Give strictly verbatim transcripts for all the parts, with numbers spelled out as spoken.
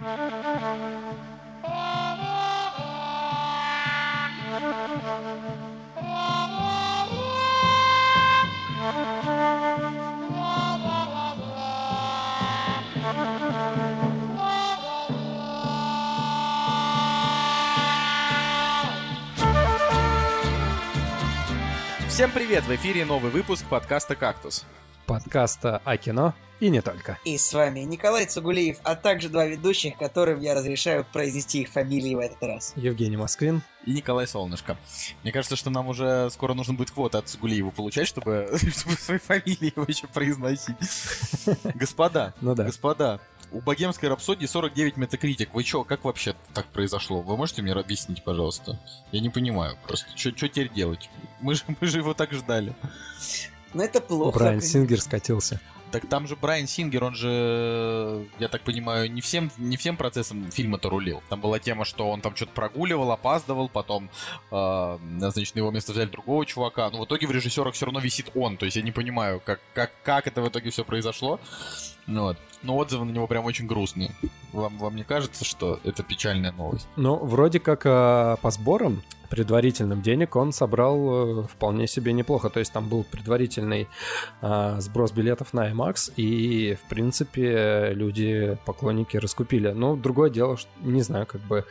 Всем привет! В эфире новый выпуск подкаста «Кактус». Подкаста о кино и не только. И с вами Николай Цугулиев, а также два ведущих, которым я разрешаю произнести их фамилии в этот раз. Евгений Москвин и Николай Солнышко. Мне кажется, что нам уже скоро нужно будет квоту от Цугулиева получать, чтобы, чтобы свои фамилии вообще произносить. Господа, ну да. господа, у «Богемской рапсодии» сорок девять Metacritic. Вы чё, как вообще так произошло? Вы можете мне объяснить, пожалуйста? Я не понимаю просто. Что теперь делать? Мы же, мы же его так ждали. Ну это плохо. Брайан Сингер скатился. Так там же Брайан Сингер, он же, я так понимаю, не всем, не всем процессом фильма-то рулил. Там была тема, что он там что-то прогуливал, опаздывал, потом, э, значит, на его место взяли другого чувака. Но в итоге в режиссерах все равно висит он. То есть я не понимаю, как, как, как это в итоге все произошло. Ну, вот. Но отзывы на него прям очень грустные. Вам, вам не кажется, что это печальная новость? Ну, вроде как э, по сборам предварительным денег он собрал э, вполне себе неплохо. То есть там был предварительный э, сброс билетов на IMAX, и, в принципе, люди, поклонники, раскупили. Но другое дело, что, не знаю, как бы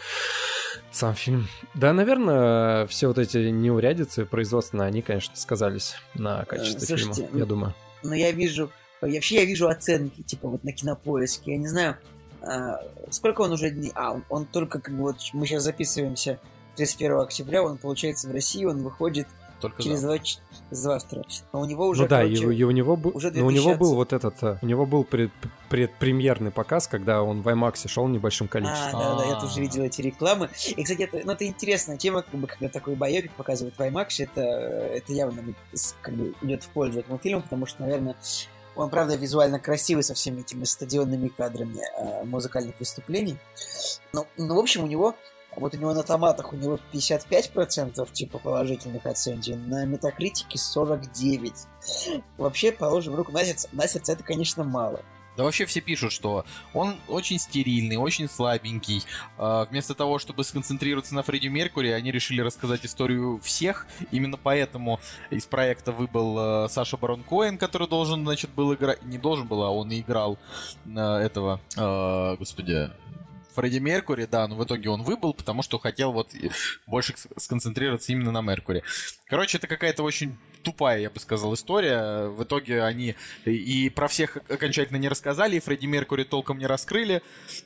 сам фильм. Да, наверное, все вот эти неурядицы производственные, они, конечно, сказались на качестве Слушайте, фильма, я думаю. Но я вижу... Вообще я вижу оценки, типа вот на Кинопоиске, я не знаю, а, сколько он уже дней... А, он, он только как бы вот мы сейчас записываемся тридцать первого октября, он получается в России, он выходит только через два, завтра. А у него уже, ну да, короче, и, и у него был, уже но у него был вот этот, у него был пред, предпремьерный показ, когда он в IMAX шел небольшим количеством. А, да-да, я тоже видел эти рекламы. И, кстати, это, ну, это интересная тема, как бы, когда такой боевик показывают в IMAX, это, это явно как бы идет в пользу этому фильму, потому что, наверное, он, правда, визуально красивый со всеми этими стадионными кадрами э, музыкальных выступлений. Но, ну, в общем, у него, вот у него на томатах у него пятьдесят пять процентов типа положительных оценок, на Метакритике сорок девять процентов. Вообще, положим руку на сердце, на сердце это, конечно, мало. Да вообще все пишут, что он очень стерильный, очень слабенький. Вместо того, чтобы сконцентрироваться на Фредди Меркьюри, они решили рассказать историю всех. Именно поэтому из проекта выбыл Саша Барон Коэн, который должен, значит, был играть... Не должен был, а он и играл этого... Господи... Фредди Меркьюри, да, но в итоге он выбыл, потому что хотел вот больше сконцентрироваться именно на Меркьюри. Короче, это какая-то очень тупая, я бы сказал, история. В итоге они и про всех окончательно не рассказали, и Фредди Меркьюри толком не раскрыли.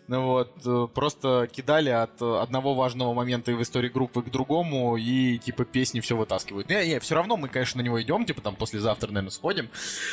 Вот, просто кидали от одного важного момента в истории группы к другому, и типа песни все вытаскивают. Не, не, все равно мы, конечно, на него идем, типа там послезавтра, наверное, сходим.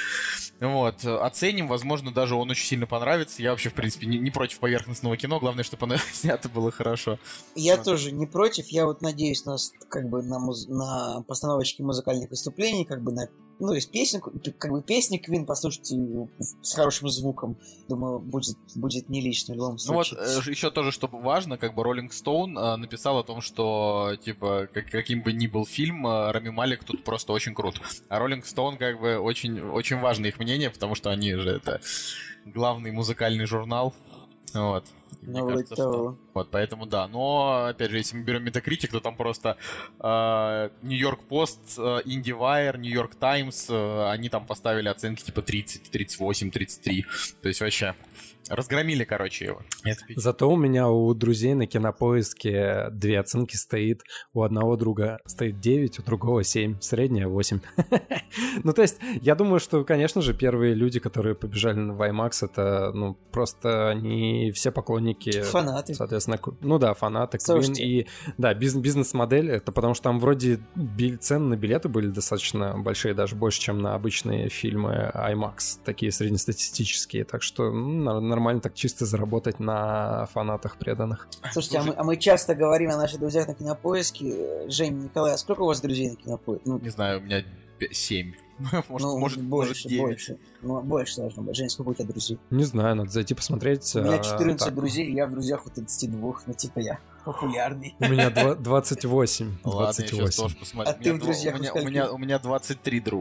Вот, оценим, возможно, даже он очень сильно понравится. Я вообще, в принципе, не, не против поверхностного кино, главное, чтобы оно снято было хорошо. Я вот. тоже не против, я вот надеюсь на, как бы, на, муз... на постановочке музыкальных выступлений, как бы на, ну, то есть песни, как бы песни Квин послушайте с хорошим звуком, думаю, будет, будет не лишним в любом случае. Ну вот, еще тоже, что важно, как бы Роллинг Стоун написал о том, что, типа, как, каким бы ни был фильм, Рами Малек тут просто очень крут. А Роллинг Стоун, как бы, очень, очень важно их мнение, потому что они же, это, главный музыкальный журнал, вот. Мне ну, кажется, что... Вот, поэтому да. Но, опять же, если мы берем Metacritic, то там просто Нью-Йорк Пост, Инди Вайер, Нью-Йорк Таймс, они там поставили оценки типа тридцать, тридцать восемь, тридцать три. То есть вообще разгромили, короче, его. Зато у меня у друзей на Кинопоиске две оценки стоит. У одного друга стоит девять, у другого семь. Средняя восемь. Ну, то есть, я думаю, что, конечно же, первые люди, которые побежали в IMAX, это, ну, просто они все поклонники... Фанаты. Соответственно, ну да, фанаты, Queen. И, да, бизнес-модель, это потому что там вроде цены на билеты были достаточно большие, даже больше, чем на обычные фильмы IMAX, такие среднестатистические. Так что, ну, нормально так чисто заработать на фанатах преданных. Слушайте, а мы, а мы часто говорим о наших друзьях на Кинопоиске. Жень, Николай, а сколько у вас друзей на Кинопоиске? Ну, не знаю, у меня семь. Может, ну, может, больше, может больше. Ну, больше должно быть. Жень, сколько у тебя друзей? Не знаю, надо зайти посмотреть. У меня четырнадцать а, друзей, я в друзьях у тридцати двух, ну, типа я популярный. У меня двадцать восемь. Ладно, я сейчас тоже посмотрю. А ты в друзьях у меня, у, меня, у меня двадцать три друга.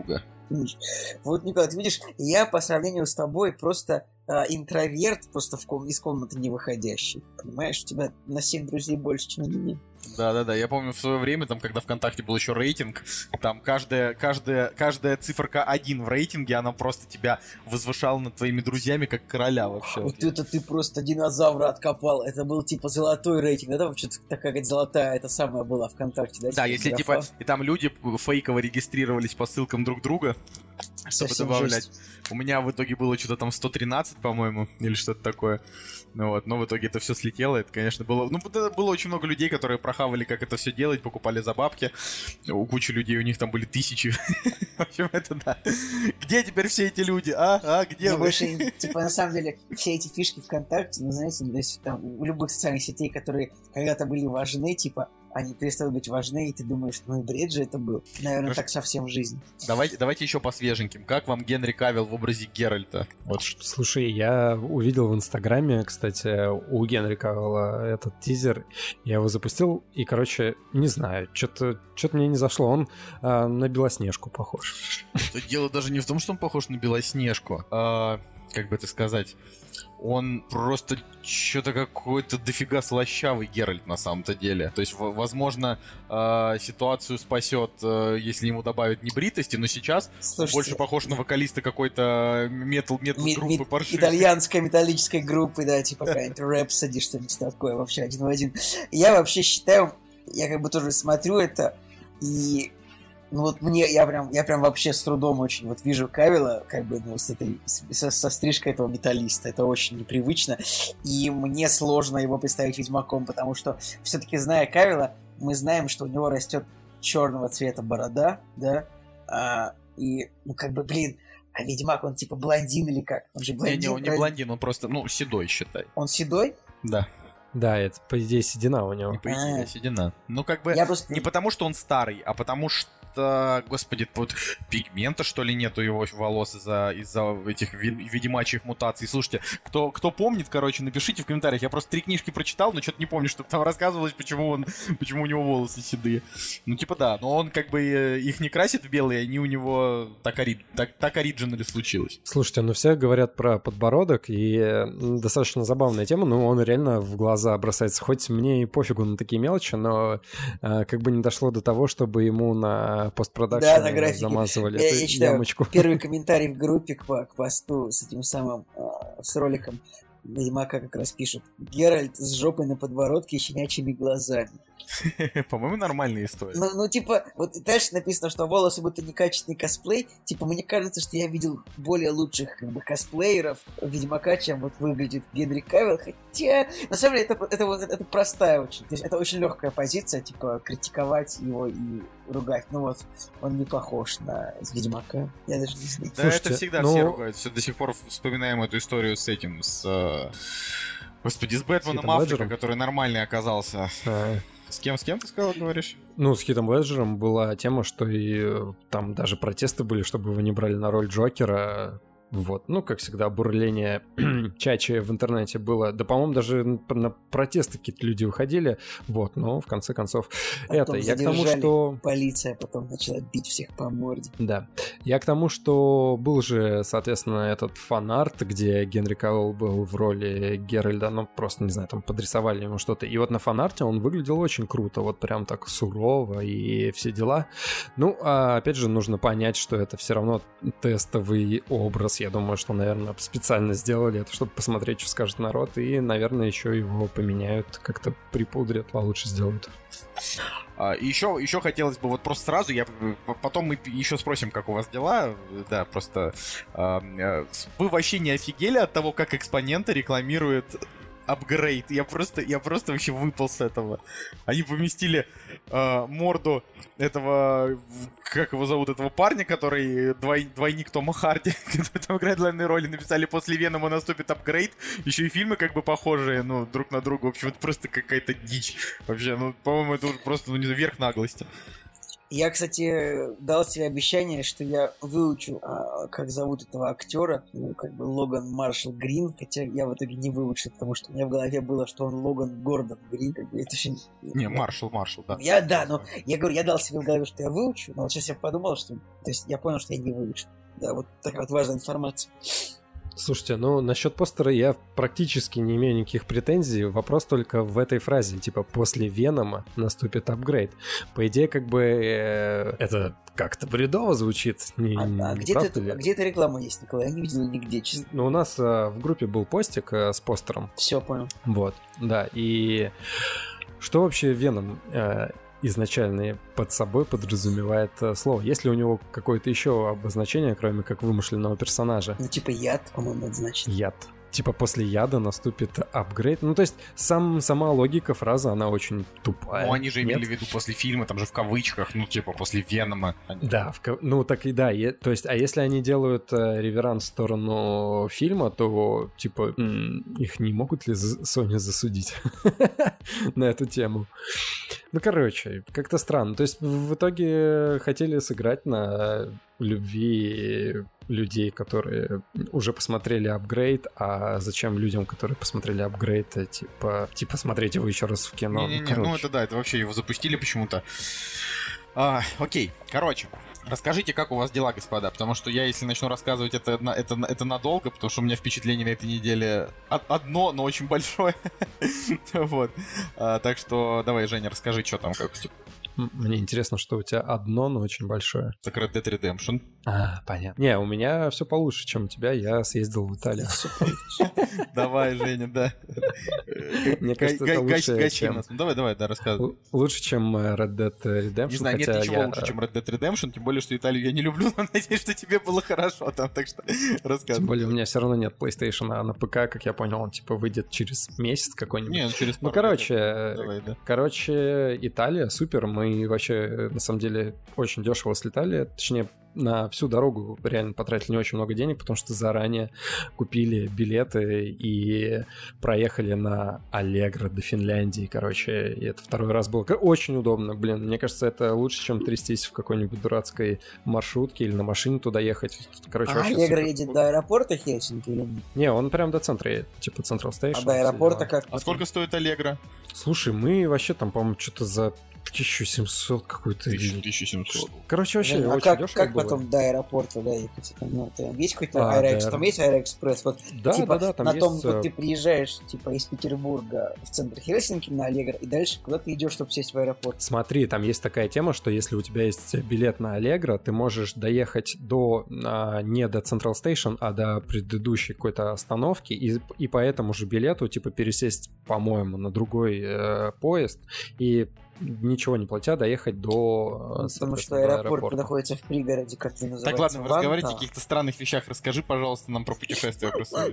Вот, Николай, ты видишь, я по сравнению с тобой просто а, интроверт, просто в ком- из комнаты не выходящий. Понимаешь, у тебя на семь друзей больше, чем у меня. Да-да-да, я помню в свое время, там, когда ВКонтакте был еще рейтинг, там каждая, каждая, каждая циферка один в рейтинге, она просто тебя возвышала над твоими друзьями как короля вообще. Вот это ты просто динозавра откопал. Это был типа золотой рейтинг. Да, что-то такая как золотая, это самая была ВКонтакте, да? Да, типа, если графа. типа, и там люди фейково регистрировались по ссылкам друг друга, чтобы Совсем добавлять. жесть. У меня в итоге было что-то там сто тринадцать, по-моему, или что-то такое. Ну вот, но в итоге это все слетело. Это, конечно, было... Ну, это было очень много людей, которые прохавали, как это все делать, покупали за бабки. У кучи людей, у них там были тысячи. В общем, это да. Где теперь все эти люди? А? А? Где Мне вы? больше, типа, на самом деле, все эти фишки ВКонтакте, ну, знаете, то есть, там, у любых социальных сетей, которые когда-то были важны, типа, они перестают быть важны, и ты думаешь, ну и бред же это был. Наверное, Хорошо. так совсем в жизни. Давайте, давайте еще по свеженьким. Как вам Генри Кавилл в образе Геральта? Вот что. Слушай, я увидел в Инстаграме, кстати, у Генри Кавилла этот тизер. Я его запустил, и, короче, не знаю, что-то что-то мне не зашло. Он а, на Белоснежку похож. Тут дело даже не в том, что он похож на Белоснежку. А, как бы это сказать... Он просто что-то какой-то дофига слащавый Геральт на самом-то деле. То есть, в- возможно, э, ситуацию спасет, э, если ему добавят небритости, но сейчас Слушайте, больше похож на вокалиста какой-то метал, метал ми- группы ми- паршивой. итальянской металлической группы, да, типа какая-нибудь Rhapsody, что-нибудь такое, вообще один в один. Я вообще считаю, я как бы тоже смотрю это, и ну вот мне, я прям, я прям вообще с трудом очень вот вижу Кавилла, как бы, ну, с этой, с- со, со стрижкой этого металлиста, это очень непривычно, и мне сложно его представить Ведьмаком, потому что все-таки, зная Кавилла, мы знаем, что у него растет черного цвета борода, да, а, и, ну, как бы, блин, а Ведьмак, он типа блондин или как? Он же блондин, Не-не, он не правильно? блондин, он просто, ну, седой, считай. Он седой? Да, Да, это, по идее, седина у него. не по идее, А. седина. Ну, как бы, Я просто... не потому, что он старый, а потому что, господи, вот пигмента, что ли, нету его волос из-за, из-за этих ви- ведьмачьих мутаций. Слушайте, кто, кто помнит, короче, напишите в комментариях. Я просто три книжки прочитал, но что-то не помню, что там рассказывалось, почему он, почему у него волосы седые. Ну, типа, да, но он как бы э, их не красит в белые, они у него так, ори... так, так оригинали случилось. Слушайте, ну все говорят про подбородок, и м, достаточно забавная тема, но он реально в глаза бросается. Хоть мне и пофигу на такие мелочи, но а, как бы не дошло до того, чтобы ему на постпродакшн Да, на графике. замазывали Я, эту я читаю ямочку. первый комментарий в группе к, по- к посту с этим самым, а, с роликом Ведьмака как раз пишут: Геральт с жопой на подбородке и щенячьими глазами. По-моему, нормальная история. Ну, ну, типа, вот и дальше написано, что волосы будто некачественный косплей. Типа, мне кажется, что я видел более лучших как бы косплееров Ведьмака, чем вот выглядит Генри Кавилл. Хотя, на самом деле, это, это, вот- это простая очень. То есть это очень легкая позиция, типа, критиковать его и ругать. Ну вот, он не похож на Ведьмака. Я даже не знаю. Да, Слушайте, это всегда ну- все ругают. Все до сих пор вспоминаем эту историю с этим, с... э, Господи, с Бэтменом Хитом Африка, Леджером? который нормальный оказался. А, С кем, с кем ты сказал, говоришь? Ну, с Хитом Леджером была тема, что и э, там даже протесты были, чтобы его не брали на роль Джокера. Вот, ну, как всегда, бурление чачи в интернете было. Да, по-моему, даже н- на протесты какие-то люди выходили. Вот, но в конце концов, Потом это, я к тому, задержали. что... Полиция потом начала бить всех по морде. Да. Я к тому, что был же, соответственно, этот фан-арт, где Генри Кавилл был в роли Геральда, ну, просто, не знаю, там подрисовали ему что-то. И вот на фан-арте он выглядел очень круто, вот прям так сурово и все дела. Ну, а опять же, нужно понять, что это все равно тестовый образ. Я думаю, что, наверное, специально сделали это, чтобы посмотреть, что скажет народ, и, наверное, еще его поменяют, как-то припудрят, получше сделают. А, и еще, еще хотелось бы вот просто сразу, я п- потом мы еще спросим, как у вас дела. Да, просто а, а, вы вообще не офигели от того, как экспоненты рекламируют апгрейд? Я просто, я просто вообще выпал с этого. Они поместили а, морду этого, как его зовут, этого парня, который двой, двойник Тома Харди, который там играет главные роли, написали: после Венома наступит апгрейд. Еще и фильмы как бы похожие, ну, друг на друга. В общем, это просто какая-то дичь. Вообще, ну, по-моему, это уже просто, ну, не знаю, верх наглости. Я, кстати, дал себе обещание, что я выучу, а, как зовут этого актера, ну, как бы Логан Маршалл Грин, хотя я в итоге не выучил, потому что у меня в голове было, что он Логан Гордон Грин. Как бы, это же... Не, Маршалл, Маршалл, да. Я, да, но я говорю, я дал себе в голове, что я выучу, но вот сейчас я подумал, что... То есть я понял, что я не выучу. Да, вот такая вот важная информация. Слушайте, ну насчет постера я практически не имею никаких претензий. Вопрос только в этой фразе, типа после Венома наступит апгрейд. По идее, как бы э, это как-то бредово звучит. Не, А, не а где, правда ты, ли? где эта реклама есть, Николай? Я не видел нигде, честно. Ну, у нас э, в группе был постик э, с постером. Все, понял. Вот, да. И что вообще Веном э, изначально под собой подразумевает э, слово? Есть ли у него какое-то еще обозначение, кроме как вымышленного персонажа? Ну, типа яд, по-моему, это значит. Яд. Типа после яда наступит апгрейд. Ну, то есть сам, сама логика фразы, она очень тупая. Ну, они же имели Нет? в виду после фильма, там же в кавычках, ну, типа, после Венома. Да, в, ко- ну так и да. е- то есть, а если они делают э, реверанс в сторону фильма, то, типа, м, их не могут ли за- Sony засудить на эту тему? Ну, короче, как-то странно. То есть, в итоге хотели сыграть на любви людей, которые уже посмотрели апгрейд, а зачем людям, которые посмотрели апгрейд, э, типа, типа смотреть его еще раз в кино? Не-не-не, Короче. ну это да, это вообще его запустили почему-то. А, окей, короче, расскажите, как у вас дела, господа, потому что я, если начну рассказывать, это, на- это, это надолго, потому что у меня впечатление на этой неделе од- одно, но очень большое. Вот. А, Так что давай, Женя, расскажи, что там, как М, Мне интересно, что у тебя одно, но очень большое. с Red Dead Redemption. А, понятно. Не, у меня все получше, чем у тебя. Я съездил в Италию. Давай, Женя, да. Мне кажется, Га- это га- лучше, гачи чем- нас. Ну, давай, давай, да, рассказывай. Л- Лучше, чем э, Red Dead Redemption. Не знаю, нет хотя ничего я, лучше, э, чем Red Dead Redemption, тем более, что Италию я не люблю, но надеюсь, что тебе было хорошо там, так что Тем рассказывай. более у меня все равно нет PlayStation, а на ПК, как я понял, он типа выйдет через месяц какой-нибудь. Не, ну через Ну, пару короче, лет. э, Давай, да. короче, Италия, супер. Мы вообще, э, на самом деле, очень дешево слетали. Точнее, на всю дорогу реально потратили не очень много денег, потому что заранее купили билеты и проехали на Allegro до Финляндии, короче. И это второй раз было очень удобно. Блин, мне кажется, это лучше, чем трястись в какой-нибудь дурацкой маршрутке или на машине туда ехать. Короче, А вообще Allegro супер. едет до аэропорта Хельсинки или нет? Не, он прям до центра едет, типа Central Station. А до аэропорта как? А сколько стоит Allegro? Слушай, мы вообще там, по-моему, что-то за тысячу семьсот какой-то... или- тысяча семьсот. Короче, вообще Жень, а очень как, дешево как было. потом до аэропорта доехать? Ну, там есть какой-то А, Аэроэкс? да. Там есть Аэроэкспресс? Вот, Да, типа, да, да, там на том, есть... вот э, ты приезжаешь, типа, из Петербурга в центр Хельсинки на Allegro, и дальше куда ты идешь, чтобы сесть в аэропорт? Смотри, там есть такая тема, что если у тебя есть билет на Allegro, ты можешь доехать до а, не до Central Station, а до предыдущей какой-то остановки, и, и по этому же билету, типа, пересесть, по-моему, на другой э, поезд, и ничего не платя доехать до... э, Потому что соответственно, до аэропорт аэропорта. находится в пригороде, как это называется. Так, ладно, вы Ванта. разговариваете о каких-то странных вещах. Расскажи, пожалуйста, нам про путешествия просто.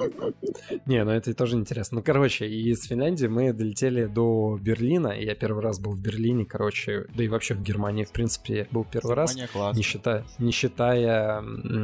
Не, ну это тоже интересно. Ну, короче, из Финляндии мы долетели до Берлина, и я первый раз был в Берлине, короче, да и вообще в Германии, в принципе, был первый раз. Германия классно. Не считая, не считая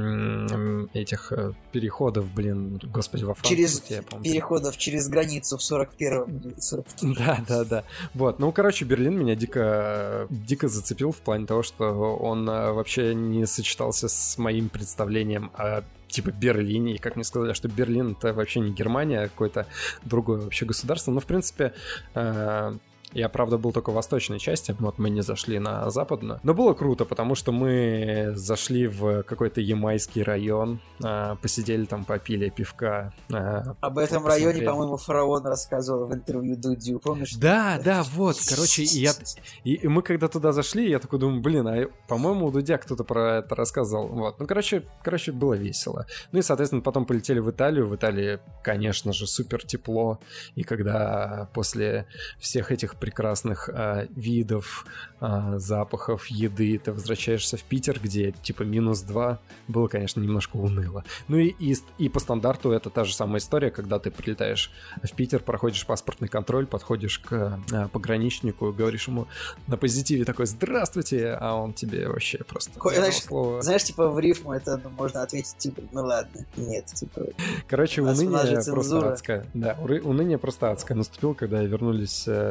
м, этих э, переходов, блин, господи, во Франкфурте, Через я помню. переходов через границу в сорок первом или сорок втором. Да, да, да. Вот, ну, короче, Берлин меня дико, дико зацепил в плане того, что он э, вообще не сочетался с моим представлением о типа Берлине, и как мне сказали, что Берлин это вообще не Германия, а какое-то другое вообще государство. Но, в принципе, э, я, правда, был только в восточной части, вот мы не зашли на западную. Но было круто, потому что мы зашли в какой-то ямайский район, э, посидели там, попили пивка. э, Об этом посмотрели. районе, по-моему, Фараон рассказывал в интервью Дудю, помнишь? Да, да, вот, короче, и, я, и, и мы когда туда зашли, я такой думаю, блин, а по-моему у Дудя кто-то про это рассказывал, вот, ну, короче, короче, было весело. Ну и, соответственно, потом полетели в Италию, в Италии, конечно же, супер тепло, и когда после всех этих прекрасных а, видов, а, запахов, еды ты возвращаешься в Питер, где, типа, минус два, было, конечно, немножко уныло. Ну и, и, и по стандарту это та же самая история, когда ты прилетаешь в Питер, проходишь паспортный контроль, подходишь к а, пограничнику, говоришь ему на позитиве такой «Здравствуйте», а он тебе вообще просто... Ко- знаешь, слово. Знаешь, типа в рифму это ну, можно ответить, типа, ну ладно, нет, типа... Короче, у нас- у нас же уныние просто цензура. адское. Да, уры- уныние просто адское наступило, когда вернулись э, в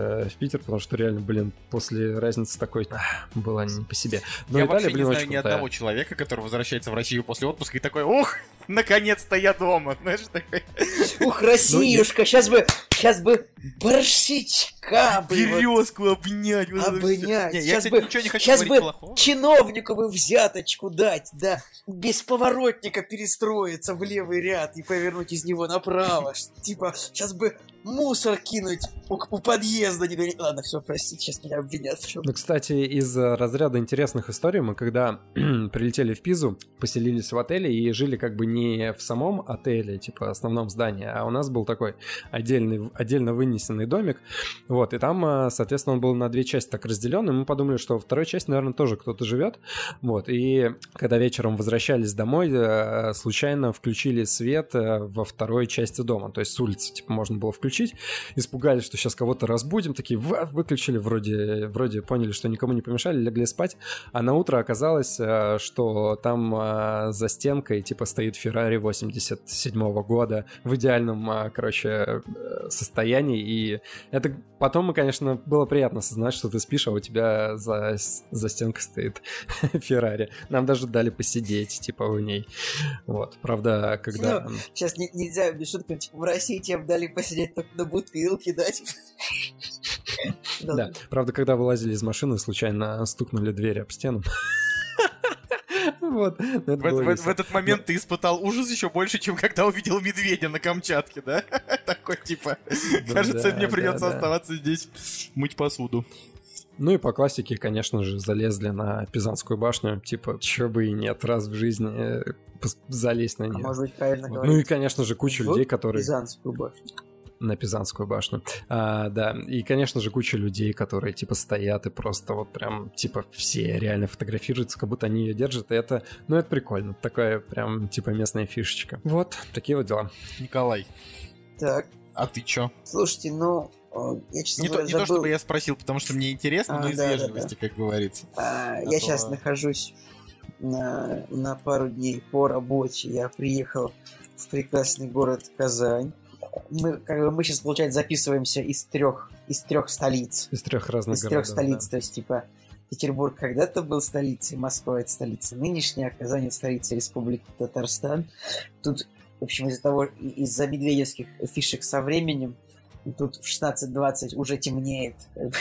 Питер, потому что реально, блин, после разницы такой была не по себе. Но я Италия, вообще блин, не знаю очень ни крутая. одного человека, который возвращается в Россию после отпуска и такой, ух, наконец-то я дома, знаешь, такой... Ух, Россиюшка, сейчас бы, сейчас бы борщичка бы... Березку обнять. Вот обнять. Не, я, Сейчас кстати, бы, ничего не хочу сейчас говорить бы плохого. чиновнику бы взяточку дать, да, без поворотника перестроиться в левый ряд и повернуть из него направо. Типа, сейчас бы мусор кинуть у, у подъезда. Не говорить, ладно, все, простите, сейчас меня обвинят в чем. Ну, кстати, из разряда интересных историй мы, когда прилетели в Пизу, поселились в отеле и жили как бы не в самом отеле, типа основном здании, а у нас был такой отдельный, отдельно вынесенный домик, вот, и там, соответственно, он был на две части так разделен, и мы подумали, что во второй части, наверное, тоже кто-то живет, вот, и когда вечером возвращались домой, случайно включили свет во второй части дома, то есть с улицы, типа, можно было включить, испугались, что сейчас кого-то разбудим, такие, выключили, вроде, вроде поняли, что никому не помешали, легли спать, а на утро оказалось, что там за стенкой, типа, стоит Феррари восемьдесят седьмого года в идеальном, короче, состоянии, и это потом, мы, конечно, было приятно осознать, что ты спишь, а у тебя за, за стенкой стоит Феррари. Нам даже дали посидеть, типа, в ней. Вот, правда, когда... Ну, сейчас не, нельзя без шутки, типа, в России тебе дали посидеть только на бутылке, да, типа. Да, правда, когда вылазили из машины, случайно стукнули двери об стену. Вот, в, в, в этот момент Но... ты испытал ужас еще больше, чем когда увидел медведя на Камчатке, да? Такой типа, да, кажется, да, мне придется да, оставаться да. здесь мыть посуду. Ну и по классике, конечно же, залезли на Пизанскую башню, типа, чё бы и нет, раз в жизни залезть на нее. А может быть, правильно вот. говорить. Ну и, конечно же, куча в людей, которые... Пизанскую башню. На Пизанскую башню. А, да, и, конечно же, куча людей, которые, типа, стоят и просто вот прям, типа, все реально фотографируются, как будто они ее держат, и это, ну, это прикольно. Такая прям, типа, местная фишечка. Вот, такие вот дела. Николай. Так. А ты чё? Слушайте, ну, я, честно не, говоря, то, не забыл... то, чтобы я спросил, потому что мне интересно, а, но из да, вежливости, да, да. как говорится. А, а я то... сейчас нахожусь на, на пару дней по работе. Я приехал в прекрасный город Казань. Мы, как бы, мы сейчас, получается, записываемся из трех, из трех столиц. Из трех разных из городов. Из трех столиц, да. То есть, типа, Петербург когда-то был столицей, Москва — это столица нынешняя, Казань — это столица Республики Татарстан. Тут, в общем, из-за того, из-за медведевских фишек со временем, тут в шестнадцать двадцать уже темнеет.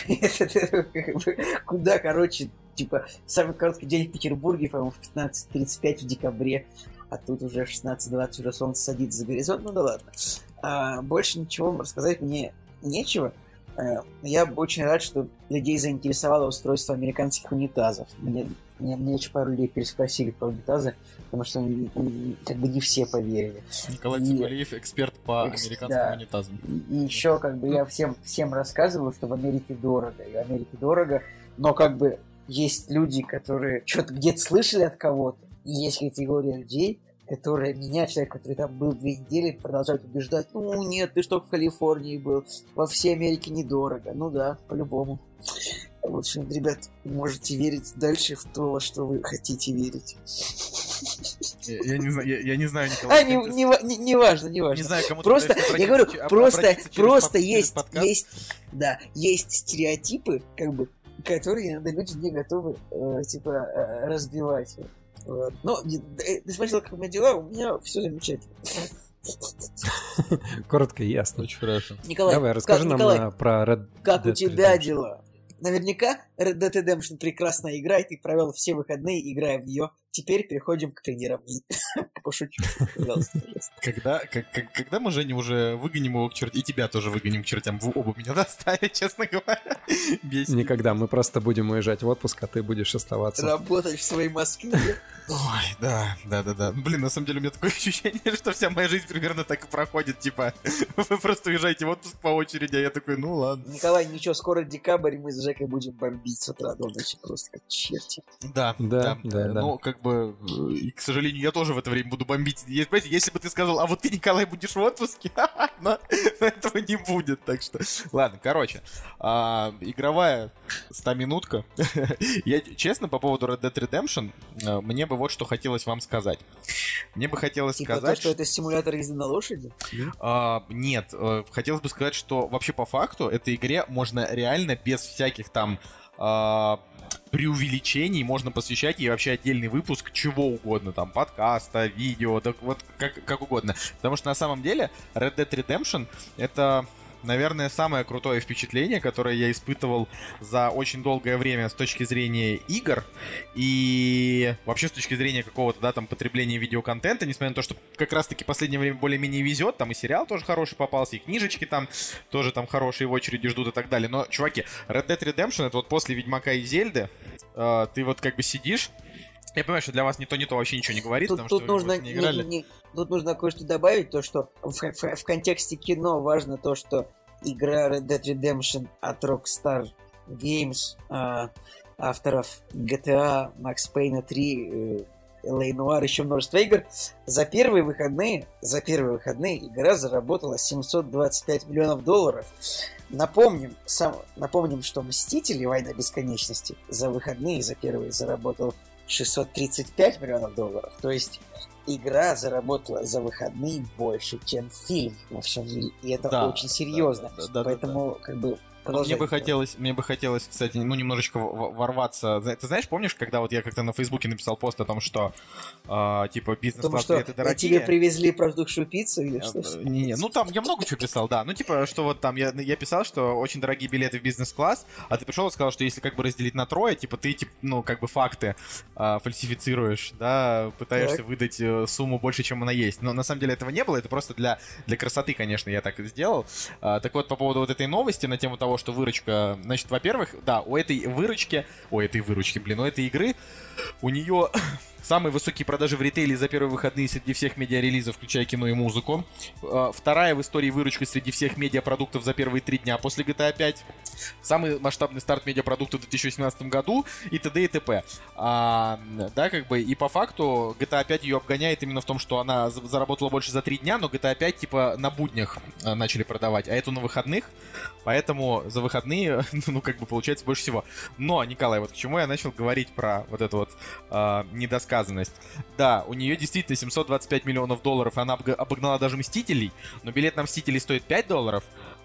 Куда, короче, типа, самый короткий день в Петербурге, по-моему, в пятнадцать тридцать пять в декабре, а тут уже в шестнадцать двадцать уже солнце садится за горизонт, ну да ладно. А, больше ничего рассказать мне нечего. А, я очень рад, что людей заинтересовало устройство американских унитазов. Мне, мне, мне еще пару людей переспросили про унитазы, потому что как бы не все поверили. Николай Цибулиев, эксперт по Экс... американским да. унитазам. И, и еще как бы я всем, всем рассказываю, что в Америке дорого, и в Америке дорого, но как бы есть люди, которые что-то где-то слышали от кого-то, и есть категория людей, которые меня, человек, который там был две недели, продолжают убеждать, ну нет, ты что, в Калифорнии был, во всей Америке недорого. Ну да, по-любому. В общем, ребят, можете верить дальше в то, во что вы хотите верить. Я, я, не, знаю, я, я не знаю, Николай. А, не, не, не, не важно, не важно. Не знаю, кому просто, я говорю, просто, просто под, есть, есть, да, есть стереотипы, как бы, которые иногда люди не готовы, э, типа, э, разбивать. Вот. Ну, ты спросил, как у меня дела, у меня все замечательно. Коротко и ясно. Очень хорошо. Николай, давай, расскажи как, нам Николай, про Red как Dead у тебя Redemption. дела? Наверняка Red Dead Redemption прекрасная игра, и ты провел все выходные, играя в нее. Теперь переходим к тренерам. Пошучу, пожалуйста. Когда, как, как, когда мы, Женя, уже выгоним его к чертям, и тебя тоже выгоним к чертям, вы оба меня достали, честно говоря. Бесит. Никогда, мы просто будем уезжать в отпуск, а ты будешь оставаться. Работать в своей Москве. Ой, да, да, да, да. Блин, на самом деле у меня такое ощущение, что вся моя жизнь примерно так и проходит, типа, вы просто уезжаете в отпуск по очереди, а я такой, ну ладно. Николай, ничего, скоро декабрь, и мы с Жекой будем бомбить с утра до ночи, просто как черти. Да, да, да, да. Ну, как бы, и, к сожалению, я тоже в это время буду бомбить. Если бы ты сказал, а вот ты, Николай, будешь в отпуске, но, но этого не будет, так что... Ладно, короче, а, игровая ста-минутка. Я, честно, по поводу Red Dead Redemption, мне бы вот что хотелось вам сказать. Мне бы хотелось типа сказать... то, что это симулятор езды на лошади? А, нет, хотелось бы сказать, что вообще по факту этой игре можно реально без всяких там... А, преувеличений можно посвящать ей вообще отдельный выпуск чего угодно, там, подкаста, видео, так вот как, как угодно. Потому что на самом деле Red Dead Redemption — это, наверное, самое крутое впечатление, которое я испытывал за очень долгое время с точки зрения игр и вообще с точки зрения какого-то, да, там, потребления видеоконтента, несмотря на то, что как раз-таки в последнее время более-менее везет, там и сериал тоже хороший попался, и книжечки там тоже там хорошие в очереди ждут и так далее. Но, чуваки, Red Dead Redemption — это вот после Ведьмака и Зельды, э, ты вот как бы сидишь. Я понимаю, что для вас ни то, ни то вообще ничего не говорит, тут, потому тут что нужно, вы не играли. Не, не, тут нужно кое-что добавить, то, что в, в, в контексте кино важно то, что игра Red Dead Redemption от Rockstar Games, э, авторов джи ти эй, Max Payne три, э, эл эй Noire, еще множество игр, за первые выходные, за первые выходные игра заработала семьсот двадцать пять миллионов долларов. Напомним, сам, напомним, что Мстители: Война бесконечности за выходные, за первые заработал шестьсот тридцать пять миллионов долларов. То есть игра заработала за выходные больше, чем фильм во всем мире. И это да, очень серьезно. Да, да, да, Поэтому, да, да. как бы, Мне бы хотелось, мне бы хотелось, кстати, ну, немножечко ворваться. Ты знаешь, помнишь, когда вот я как-то на Фейсбуке написал пост о том, что, э, типа, бизнес-класс билеты дорогие? Тебе привезли продуктовую пиццу или что? Не, не, ну, там я много чего писал, да. Ну, типа, что вот там, я, я писал, что очень дорогие билеты в бизнес-класс, а ты пришел и сказал, что если как бы разделить на трое, типа, ты, типа, ну, как бы факты э, фальсифицируешь, да, пытаешься так. выдать э, сумму больше, чем она есть. Но на самом деле этого не было, это просто для, для красоты, конечно, я так и сделал. Э, так вот, по поводу вот этой новости на тему того, что выручка, значит, во-первых, да, у этой выручки, у этой выручки, блин, у этой игры, у нее самые высокие продажи в ритейле за первые выходные среди всех медиарелизов, включая кино и музыку. Вторая в истории выручка среди всех медиапродуктов за первые три дня после джи ти эй пять. Самый масштабный старт медиапродуктов в две тысячи восемнадцатом году и т.д. и т.п. А, да, как бы, и по факту джи ти эй пять ее обгоняет именно в том, что она заработала больше за три дня, но джи ти эй пять типа на буднях начали продавать, а эту на выходных, поэтому за выходные, ну, как бы, получается больше всего. Но, Николай, вот к чему я начал говорить про вот эту вот э, недосказанность. Да, у нее действительно семьсот двадцать пять миллионов долларов, она обогнала даже Мстителей, но билет на Мстителей стоит пять долларов,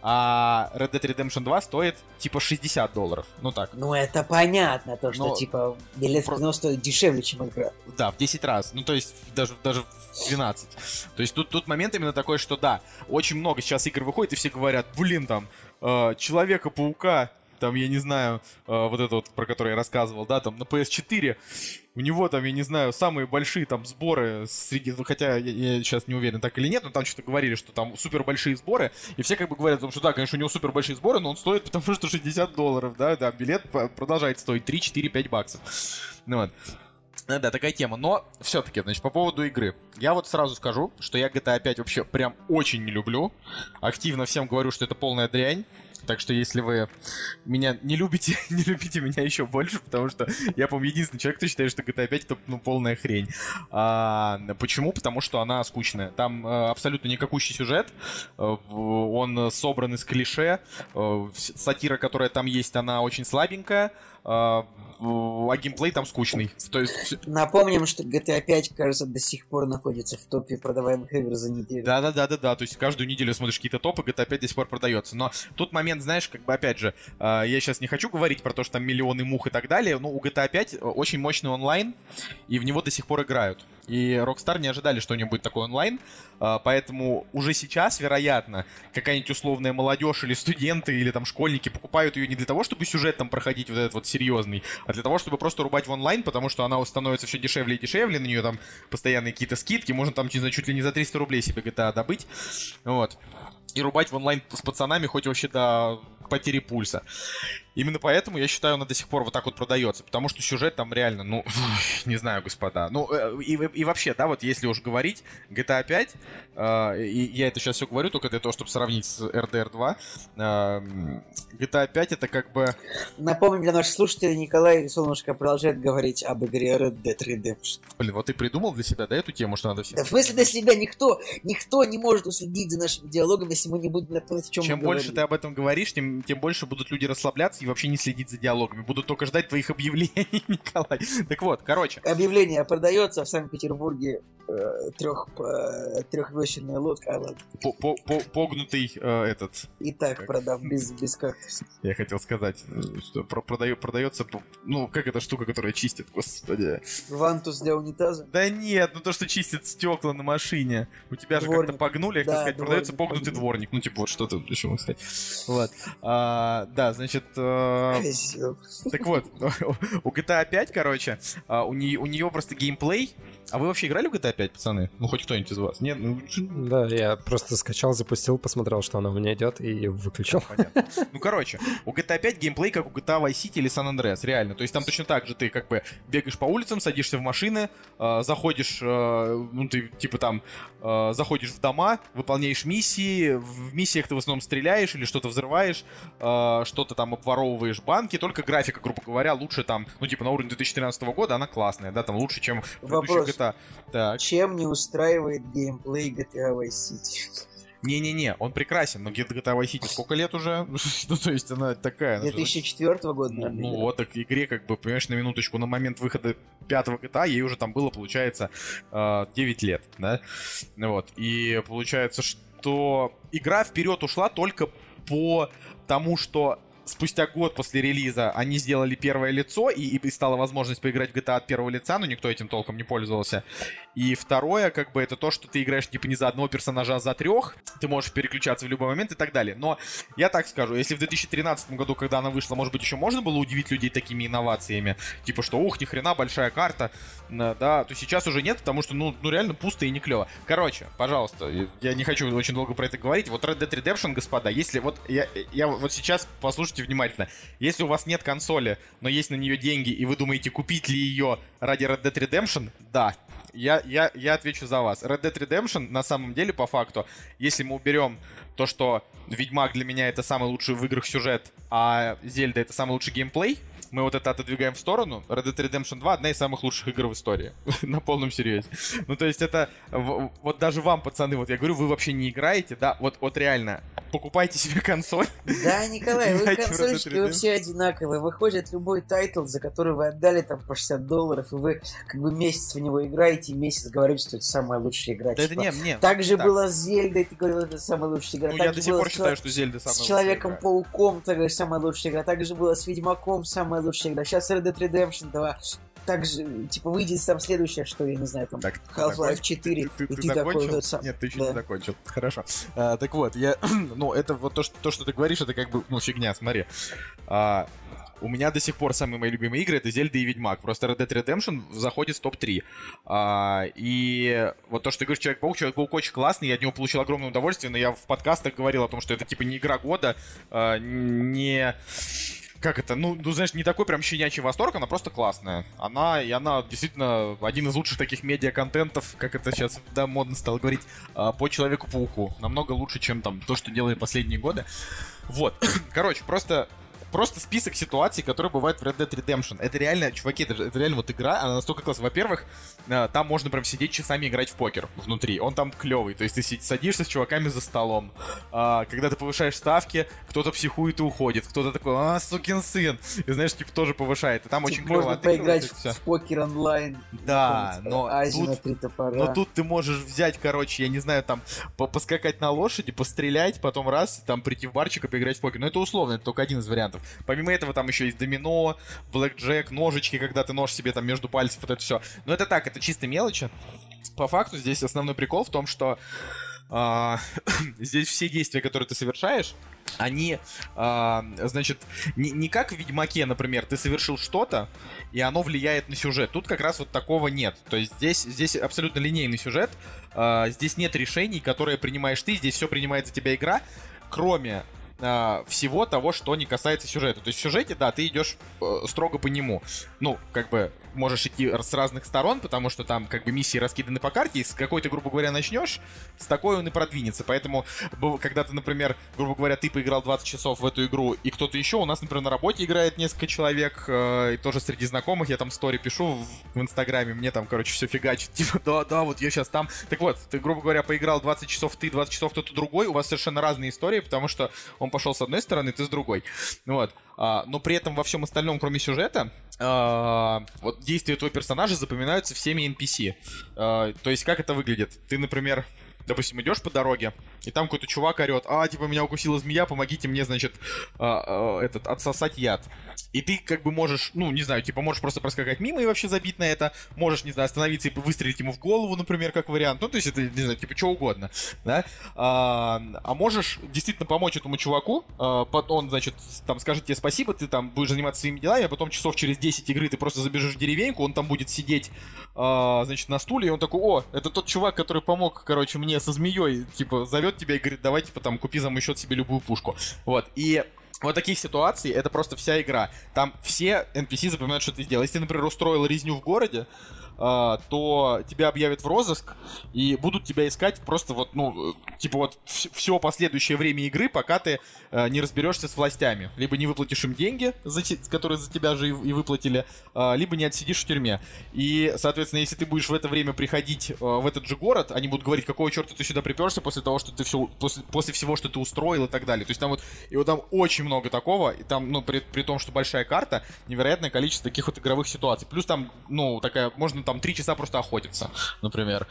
а Red Dead Redemption два стоит типа шестьдесят долларов. Ну так. Ну это понятно, то, что но... типа билет в кино стоит дешевле, чем игра. Да, в десять раз. Ну то есть даже, даже в двенадцать. То есть тут, тут момент именно такой, что да, очень много сейчас игр выходит, и все говорят, блин, там, э, Человека-паука, там, я не знаю, э, вот это вот, про который я рассказывал, да, там, на пи эс четыре, у него там, я не знаю, самые большие там сборы среди, ну, хотя я, я сейчас не уверен, так или нет, но там что-то говорили, что там супер большие сборы, и все как бы говорят о том, что да, конечно, у него супер большие сборы, но он стоит потому что шестьдесят долларов, да, да, билет продолжает стоить три, четыре, пять баксов. Ну вот. Да, да, такая тема. Но все-таки, значит, по поводу игры. Я вот сразу скажу, что я джи ти эй пять вообще прям очень не люблю. Активно всем говорю, что это полная дрянь. Так что если вы меня не любите, не любите меня еще больше, потому что я, по-моему, единственный человек, кто считает, что джи ти эй пять это, ну, полная хрень. А, почему? Потому что она скучная. Там а, абсолютно никакущий сюжет. А, он собран из клише. А, сатира, которая там есть, она очень слабенькая. А, а геймплей там скучный. То есть... Напомним, что джи ти эй пять, кажется, до сих пор находится в топе продаваемых игр за неделю. Да-да-да-да-да, то есть каждую неделю смотришь какие-то топы, джи ти эй пять до сих пор продается. Но тут момент, знаешь, как бы, опять же, я сейчас не хочу говорить про то, что там миллионы мух и так далее, но у джи ти эй пять очень мощный онлайн, и в него до сих пор играют. И Rockstar не ожидали, что у него будет такой онлайн, поэтому уже сейчас, вероятно, какая-нибудь условная молодежь или студенты, или там школьники покупают ее не для того, чтобы сюжет там проходить вот этот вот серьезный, а для того, чтобы просто рубать в онлайн, потому что она становится все дешевле и дешевле, на нее там постоянные какие-то скидки, можно там, не знаю, чуть ли не за триста рублей себе джи ти эй добыть, вот, и рубать в онлайн с пацанами хоть вообще до потери пульса. именно поэтому, я считаю, она до сих пор вот так вот продается, потому что сюжет там реально, ну, не знаю, господа. Ну, и, и вообще, да, вот если уж говорить, джи ти эй пять, э, и я это сейчас все говорю только для того, чтобы сравнить с эр ди ар два, э, джи ти эй пять это как бы... Напомним для наших слушателей, Николай Солнышко продолжает говорить об игре Red Dead Redemption. Блин, вот ты придумал для себя, да, эту тему, что надо всем... Да в смысле для себя никто, никто не может уследить за нашим диалогом, если мы не будем напомнить, о чем Чем мы больше говорим. ты об этом говоришь, тем, тем больше будут люди расслабляться и вообще не следить за диалогами. Будут только ждать твоих объявлений, Николай. Так вот, короче. Объявление продается в Санкт-Петербурге э, трех, э, трехвесельная лодка. А, ладно. Погнутый э, этот... И так как? продам, без, без кактуса. Я хотел сказать, что продаю, продается... Ну, как эта штука, которая чистит, господи. Вантус для унитаза? Да нет, ну то, что чистит стекла на машине. У тебя же Дворник. как-то погнули, я хотел Да, сказать, продается дворник погнутый погнул. дворник. Ну, типа, вот что-то еще можно сказать. Вот. А, да, значит... а, Козёл. Так вот, у джи ти эй пять, короче, а, у нее, у нее просто геймплей. А вы вообще играли в джи ти эй пять, пацаны? Ну, хоть кто-нибудь из вас? Нет? Ну, Да, я просто скачал, запустил, посмотрел, что она у меня идет, и выключил. понятно. Ну, короче, у джи ти эй пять геймплей как у джи ти эй Vice City или San Andreas, реально. То есть там точно так же ты как бы бегаешь по улицам, садишься в машины, э, заходишь, э, ну, ты типа там э, заходишь в дома, выполняешь миссии, в миссиях ты в основном стреляешь или что-то взрываешь, э, что-то там обворовываешь банки, только графика, грубо говоря, лучше там, ну, типа на уровне две тысячи тринадцатого года, она классная, да, там лучше, чем в предыдущих Вопрос. джи ти эй. Так. Чем не устраивает геймплей джи ти эй Vice City? Не-не-не, он прекрасен, но джи ти эй Vice City сколько лет уже? Ну, то есть она такая... она две же- тысячи четвёртого года, Ну, наверное, ну игра. вот, так игре, как бы, понимаешь, на минуточку, на момент выхода пятого джи ти эй ей уже там было, получается, э, девять лет, да? Ну вот, и получается, что игра вперед ушла только по тому, что спустя год после релиза они сделали первое лицо, и, и стала возможность поиграть в джи ти эй от первого лица, но никто этим толком не пользовался. И второе, как бы, это то, что ты играешь типа не за одного персонажа, а за трех. Ты можешь переключаться в любой момент и так далее. Но я так скажу, если в две тысячи тринадцатом году, когда она вышла, может быть, еще можно было удивить людей такими инновациями, типа, что, ух, ни хрена, большая карта, да, то сейчас уже нет, потому что, ну, ну реально пусто и не клево. Короче, пожалуйста, я не хочу очень долго про это говорить. Вот Red Dead Redemption, господа, если вот я, я вот сейчас послушайте внимательно. Если у вас нет консоли, но есть на нее деньги, и вы думаете, купить ли ее ради Red Dead Redemption, да. Я, я, я отвечу за вас. Red Dead Redemption, на самом деле, по факту, если мы уберем то, что Ведьмак для меня это самый лучший в играх сюжет, а Зельда это самый лучший геймплей, мы вот это отодвигаем в сторону. Red Dead Redemption два одна из самых лучших игр в истории. На полном серьезе. Ну, то есть это... в- Вот даже вам, пацаны, вот я говорю, вы вообще не играете, да? Вот, вот реально, покупайте себе консоль. Да, Николай, вы Играйте в Red Dead консольщики, вы Redemption. все одинаковые. Выходит любой тайтл, за который вы отдали там по шестьдесят долларов, и вы как бы месяц в него играете, и месяц говорите, что это самая лучшая игра. Да это типа. не, не. Так же так. было с Зельдой, ты говорил, это самая лучшая игра. Ну, Так я же до сих было пор с- считаю, что Зельда самая С лучшая Человеком-пауком, ты говоришь, самая лучшая игра. Так же было с Ведьмаком, самая лучшая игра. Сейчас Red Dead Redemption два. Также, типа, выйдет там следующее, что, я не знаю, там, Так, Half-Life четыре, Ты, ты- и ты ты такой закончил? вот сам. Нет, ты еще Да. не закончил. Хорошо. А, так вот, я... ну, это вот то что, то, что ты говоришь, это как бы, ну, фигня, смотри. А, у меня до сих пор самые мои любимые игры — это Зельда и Ведьмак. Просто Red Dead Redemption заходит в топ три. А, и вот то, что ты говоришь, Человек-паук, Человек-паук очень классный, я от него получил огромное удовольствие, но я в подкастах говорил о том, что это, типа, не игра года, а, не... Как это? Ну, ну, знаешь, не такой прям щенячий восторг, она просто классная. Она, и она действительно один из лучших таких медиа-контентов, как это сейчас, да, модно стало говорить, а, по Человеку-пауку. Намного лучше, чем там то, что делали последние годы. Вот. Короче, просто... Просто список ситуаций, которые бывают в Red Dead Redemption. Это реально, чуваки, это, это реально вот игра, она настолько классная. Во-первых, э, там можно прям сидеть часами играть в покер внутри. Он там клевый. То есть ты си- садишься с чуваками за столом. А, когда ты повышаешь ставки, кто-то психует и уходит. Кто-то такой, а, сукин сын. И знаешь, типа тоже повышает. И там очень Типа, клево можно отыгрывается поиграть это всё. в, в покер онлайн. Да, Помните, но Азия тут- на три топора. Но тут ты можешь взять, короче, я не знаю, там, по- поскакать на лошади, пострелять, потом раз, там, прийти в барчик и поиграть в покер. Но это условно, это только один из вариантов. Помимо этого, там еще есть домино, блэкджек, ножички, когда ты нож себе там между пальцев, вот это все. Но это так, это чисто мелочи. По факту здесь основной прикол в том, что а, здесь все действия, которые ты совершаешь, они, а, значит, не, не как в Ведьмаке, например, ты совершил что-то, и оно влияет на сюжет. Тут как раз вот такого нет. То есть здесь, здесь абсолютно линейный сюжет, а, здесь нет решений, которые принимаешь ты, здесь все принимает за тебя игра, кроме э, всего того, что не касается сюжета. То есть в сюжете, да, ты идешь э, строго по нему. Ну, как бы можешь идти с разных сторон, потому что там как бы миссии раскиданы по карте, и с какой ты, грубо говоря, начнешь, с такой он и продвинется. Поэтому, когда ты, например, грубо говоря, ты поиграл двадцать часов в эту игру, и кто-то еще, у нас, например, на работе играет несколько человек, э, и тоже среди знакомых, я там стори пишу в, в Инстаграме, мне там, короче, все фигачит, типа, да-да, вот я сейчас там. Так вот, ты, грубо говоря, поиграл двадцать часов ты, двадцать часов кто-то другой, у вас совершенно разные истории, потому что он пошел с одной стороны, ты с другой. Вот. А, но при этом во всем остальном, кроме сюжета, а, вот действия твоего персонажа запоминаются всеми эн пи си. А, то есть, как это выглядит? Ты, например, допустим, идешь по дороге, и там какой-то чувак орет: а, типа, меня укусила змея, помогите мне, значит, а, а, этот, отсосать яд. И ты как бы можешь, ну, не знаю, типа, можешь просто проскакать мимо и вообще забить на это. Можешь, не знаю, остановиться и выстрелить ему в голову, например, как вариант. Ну, то есть это, не знаю, типа, что угодно, да. А, а можешь действительно помочь этому чуваку. А, он, значит, там скажет тебе спасибо, ты там будешь заниматься своими делами, а потом часов через десять игры ты просто забежишь в деревеньку, он там будет сидеть, а, значит, на стуле, и он такой: о, это тот чувак, который помог, короче, мне со змеей, типа, зовет тебя и говорит: давай, типа, там, купи за мой счет себе любую пушку. Вот, и вот таких ситуаций — это просто вся игра. Там все эн пи си запоминают, что ты сделал. Если ты, например, устроил резню в городе, Uh, то тебя объявят в розыск и будут тебя искать просто вот, ну, типа вот все последующее время игры, пока ты uh, не разберешься с властями. Либо не выплатишь им деньги, за те, которые за тебя же и, и выплатили, uh, либо не отсидишь в тюрьме. И, соответственно, если ты будешь в это время приходить uh, в этот же город, они будут говорить: какого черта ты сюда приперся после того, что ты все, после, после всего, что ты устроил и так далее. То есть там вот, и вот там очень много такого, и там, ну, при, при том, что большая карта, невероятное количество таких вот игровых ситуаций. Плюс там, ну, такая, можно там три часа просто охотиться, например.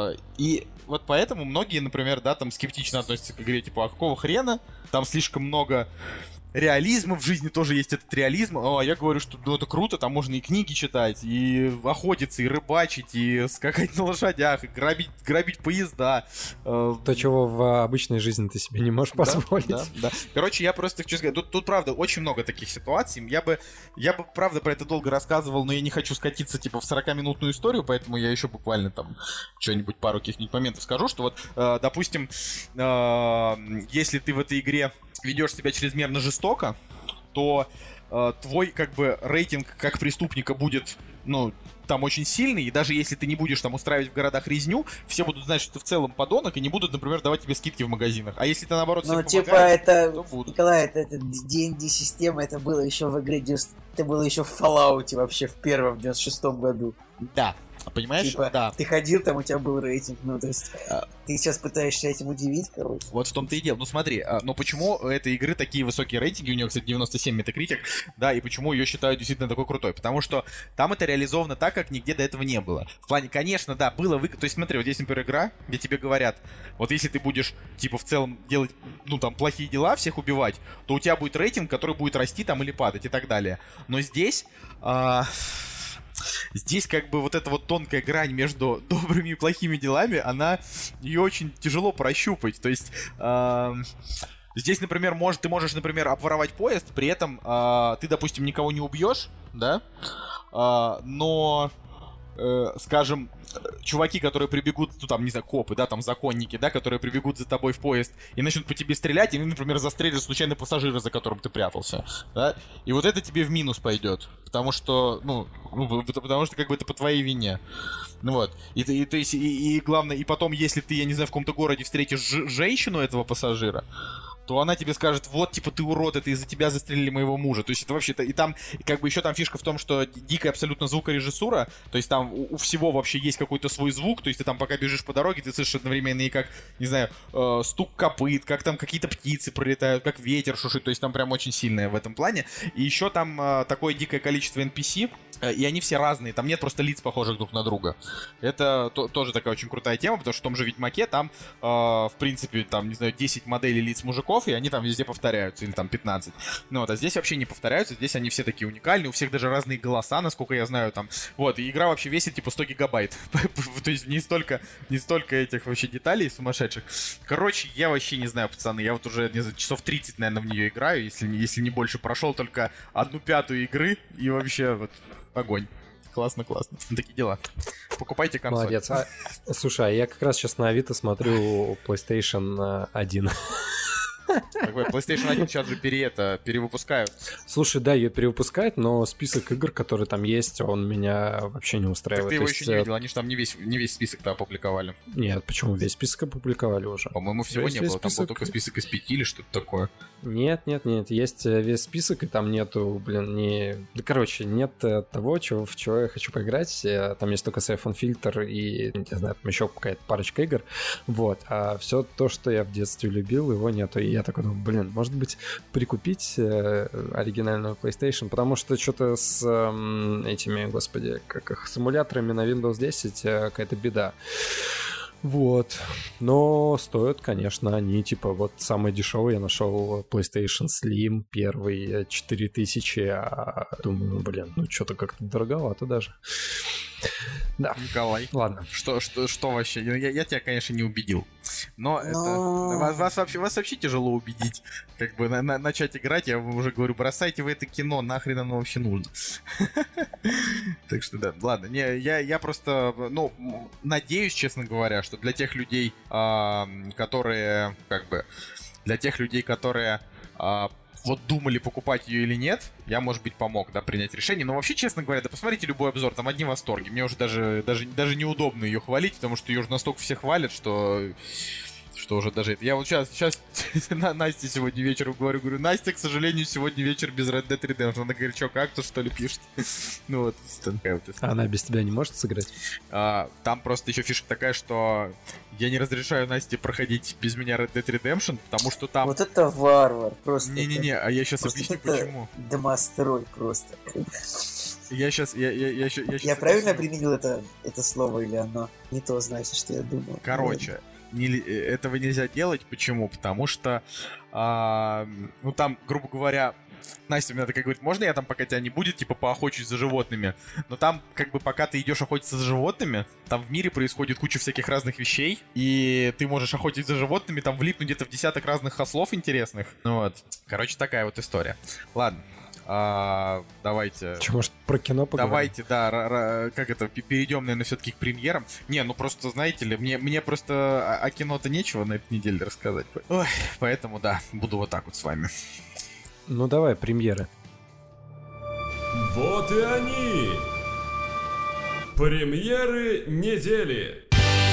И вот поэтому многие, например, да, там скептично относятся к игре, типа: а какого хрена? Там слишком много реализма, в жизни тоже есть этот реализм. А я говорю, что, ну, это круто, там можно и книги читать, и охотиться, и рыбачить, и скакать на лошадях, и грабить, грабить поезда. То, чего в обычной жизни ты себе не можешь позволить. Да, да, да. Короче, я просто хочу сказать, тут, тут, правда, очень много таких ситуаций. Я бы, я бы, правда, про это долго рассказывал, но я не хочу скатиться, типа, в сорокаминутную историю, поэтому я еще буквально там что-нибудь, пару каких-нибудь моментов скажу, что вот, э, допустим, э, если ты в этой игре ведешь себя чрезмерно жестоко, то э, твой, как бы, рейтинг как преступника будет, ну, там очень сильный, и даже если ты не будешь там устраивать в городах резню, все будут знать, что ты в целом подонок, и не будут, например, давать тебе скидки в магазинах. А если ты, наоборот, всем Ну, типа, помогаешь, это, то будут. Николай, это, это ди энд ди-система, это было еще в игре, это было еще в Fallout вообще в первом, в девяносто шестом году. Да. Понимаешь? Типа, да. Ты ходил, там у тебя был рейтинг, ну, то есть, а... ты сейчас пытаешься этим удивить, короче. Вот в том-то и дело. Ну, смотри, но почему у этой игры такие высокие рейтинги, у нее, кстати, девяносто семь Metacritic, да, и почему ее считают действительно такой крутой? Потому что там это реализовано так, как нигде до этого не было. В плане, конечно, да, было вы... То есть, смотри, вот здесь, например, игра, где тебе говорят: вот если ты будешь, типа, в целом делать, ну, там, плохие дела, всех убивать, то у тебя будет рейтинг, который будет расти там или падать и так далее. Но здесь... А... Здесь как бы вот эта вот тонкая грань между добрыми и плохими делами, она, ее очень тяжело прощупать. То есть э, здесь, например, может, ты можешь, например, обворовать поезд, при этом э, ты, допустим, никого не убьешь, да, э, но, э, скажем, чуваки, которые прибегут, ну там, не знаю, копы, да, там законники, да, которые прибегут за тобой в поезд и начнут по тебе стрелять, и, например, застрелят случайно пассажира, за которым ты прятался, да, и вот это тебе в минус пойдет, потому что, ну, ну потому что как бы это по твоей вине, ну вот, и, и, то есть, и, и главное, и потом, если ты, я не знаю, в каком-то городе встретишь ж- женщину этого пассажира, то она тебе скажет: вот, типа, ты урод, это из-за тебя застрелили моего мужа. То есть это вообще-то... И там, как бы, еще там фишка в том, что дикая абсолютно звукорежиссура, то есть там у, у всего вообще есть какой-то свой звук, то есть ты там, пока бежишь по дороге, ты слышишь одновременно и как, не знаю, э, стук копыт, как там какие-то птицы пролетают, как ветер шушит, то есть там прям очень сильное в этом плане. И еще там э, такое дикое количество эн пи си, э, и они все разные, там нет просто лиц, похожих друг на друга. Это то, тоже такая очень крутая тема, потому что в том же Ведьмаке там, э, в принципе, там, не знаю, десять моделей лиц мужиков, и они там везде повторяются, или там пятнадцать. Ну вот, а здесь вообще не повторяются, здесь они все такие уникальные, у всех даже разные голоса, насколько я знаю, там. Вот, и игра вообще весит типа сто гигабайт. То есть не столько, не столько этих вообще деталей сумасшедших. Короче, я вообще не знаю, пацаны, я вот уже, не знаю, часов тридцать, наверное, в нее играю, если, если не больше. Прошел только одну пятую игры, и вообще вот огонь. Классно, классно. Такие дела. Покупайте консоль. Молодец. А, слушай, я как раз сейчас на Авито смотрю PlayStation один. PlayStation один сейчас же пере, это, перевыпускают. Слушай, да, ее перевыпускают, но список игр, которые там есть, он меня вообще не устраивает. Так ты его То еще есть, не видел, они же там не весь, не весь список-то опубликовали. Нет, почему? Весь список опубликовали уже. По-моему, всего весь, не весь было, там список... был только список из пяти или что-то такое. Нет, нет, нет, есть весь список, и там нету, блин, не... Да, короче, нет того, чего, в чего я хочу поиграть. Там есть только Siphon Filter и, не знаю, там еще какая-то парочка игр. Вот, а все то, что я в детстве любил, его нету. И я такой думаю, блин, может быть, прикупить э, оригинальную PlayStation, потому что что-то с э, этими, господи, как их, с эмуляторами на Windows десять э, какая-то беда. Вот. Но стоят, конечно, они, типа, вот самые дешевые я нашел PlayStation Slim, первый, четыре тысячи, а думаю, блин, ну что-то как-то дороговато даже. Да. Николай. Ладно. Что, что, что вообще? Я, я тебя, конечно, не убедил. Но, Но... это... Вас, вас, вообще, вас вообще тяжело убедить. Как бы на, на, начать играть, я уже говорю, бросайте вы это кино, нахрен оно вообще нужно. Так что да, ладно. Не, я, я просто, ну, надеюсь, честно говоря, что для тех людей, которые, как бы, для тех людей, которые... вот думали, покупать ее или нет, я, может быть, помог, да, принять решение. Но вообще, честно говоря, да посмотрите любой обзор, там одни восторги. Мне уже даже, даже, даже неудобно ее хвалить, потому что ее уже настолько все хвалят, что... что уже даже это... Я вот сейчас, сейчас Насте сегодня вечером говорю, говорю, Настя, к сожалению, сегодня вечер без Red Dead Redemption. Она говорит, что, как-то, что ли, пишет? Ну вот, такая вот история. Она без тебя не может сыграть? А, там просто еще фишка такая, что я не разрешаю Насте проходить без меня Red Dead Redemption, потому что там... Вот это варвар, просто. Не-не-не, а я сейчас объясню, почему. Домострой просто. Я сейчас... Я, я, я, я, я, я правильно применил это, это слово или оно не то значит, что я думал? Короче... Не, этого нельзя делать. Почему? Потому что, а, ну там, грубо говоря, Настя мне такая говорит, можно я там, пока тебя не будет, типа, поохочусь за животными? Но там, как бы, пока ты идешь охотиться за животными, там в мире происходит куча всяких разных вещей, и ты можешь охотить за животными, там влипнуть где-то в десяток разных хослов интересных. Ну вот. Короче, такая вот история. Ладно. А, давайте... Че, может, про кино поговорим? Давайте, да, р- р- как это, перейдем, наверное, все-таки к премьерам. Не, ну просто, знаете ли, мне, мне просто о, о кино-то нечего на этой неделе рассказать. Ой, поэтому, да, буду вот так вот с вами. Ну давай, премьеры. Вот и они! Премьеры недели!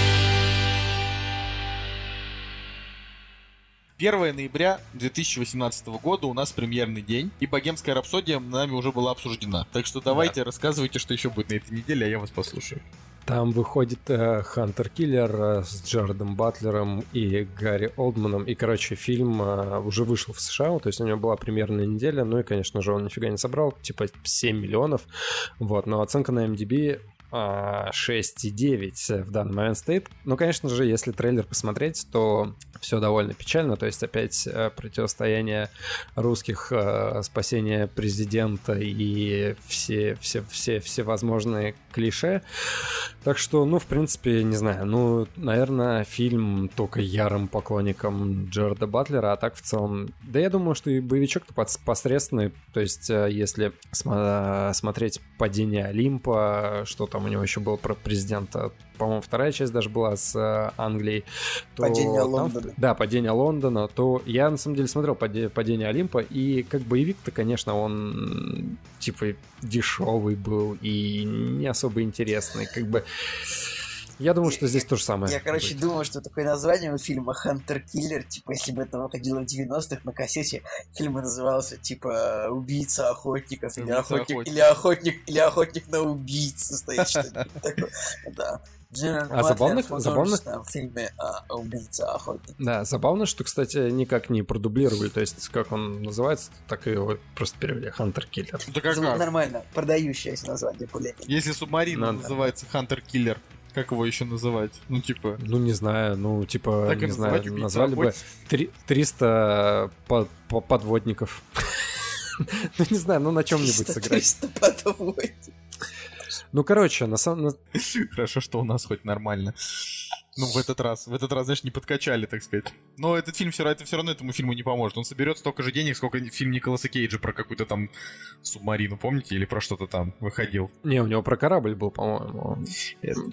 первого ноября две тысячи восемнадцатого года у нас премьерный день, и «Богемская рапсодия» нами уже была обсуждена. Так что давайте, да. рассказывайте, что еще будет на этой неделе, а я вас послушаю. Там выходит э, Хантер Киллер э, с Джаредом Батлером и Гарри Олдманом. И, короче, фильм э, уже вышел в США, то есть у него была премьерная неделя, ну и, конечно же, он нифига не собрал, типа семь миллионов. Вот, но оценка на эм ди би шесть и девять в данный момент стоит. Ну, конечно же, если трейлер посмотреть, то все довольно печально. То есть опять противостояние русских, спасение президента и все, все, все, все возможные клише. Так что, ну, в принципе, не знаю. Ну, наверное, фильм только ярым поклонникам Джареда Батлера, а так в целом... Да я думаю, что и боевичок-то посредственный. То есть, если см- смотреть «Падение Олимпа», что там у него еще было про президента, по-моему, вторая часть даже была с Англией. То «Падение там, Лондона». Да, «Падение Лондона», то я, на самом деле, смотрел «Падение Олимпа», и как боевик-то, конечно, он, типа, дешевый был и не особо интересный, как бы... Я думаю, что здесь то же самое. Я, короче, будет. думаю, что такое название у фильма «Хантер Киллер», типа, если бы это выходило в девяностых на кассете, фильм бы назывался, типа, «Убийца охотников» или охотник, или охотник, или охотник на убийц, стоит что-нибудь такое. Да. А забавно, забавно... в фильме а, «Убийца охотник». Да, забавно, что, кстати, никак не продублировали, то есть, как он называется, так и его просто перевели «Хантер Киллер». Да как, как? Нормально, продающееся название более-менее. Если «Субмарина» ну, называется «Хантер Киллер», как его еще называть? Ну, типа... Ну, не знаю, ну, типа, так не знаю, назвали бы триста подводников. Ну, не знаю, ну, на чем-нибудь сыграть. триста подводников. Ну, короче, на самом... Хорошо, что у нас хоть нормально. Ну, в этот раз. В этот раз, знаешь, не подкачали, так сказать. Но этот фильм все равно, это все равно этому фильму не поможет. Он соберет столько же денег, сколько фильм Николаса Кейджа про какую-то там субмарину, помните? Или про что-то там выходил. Не, у него про корабль был, по-моему.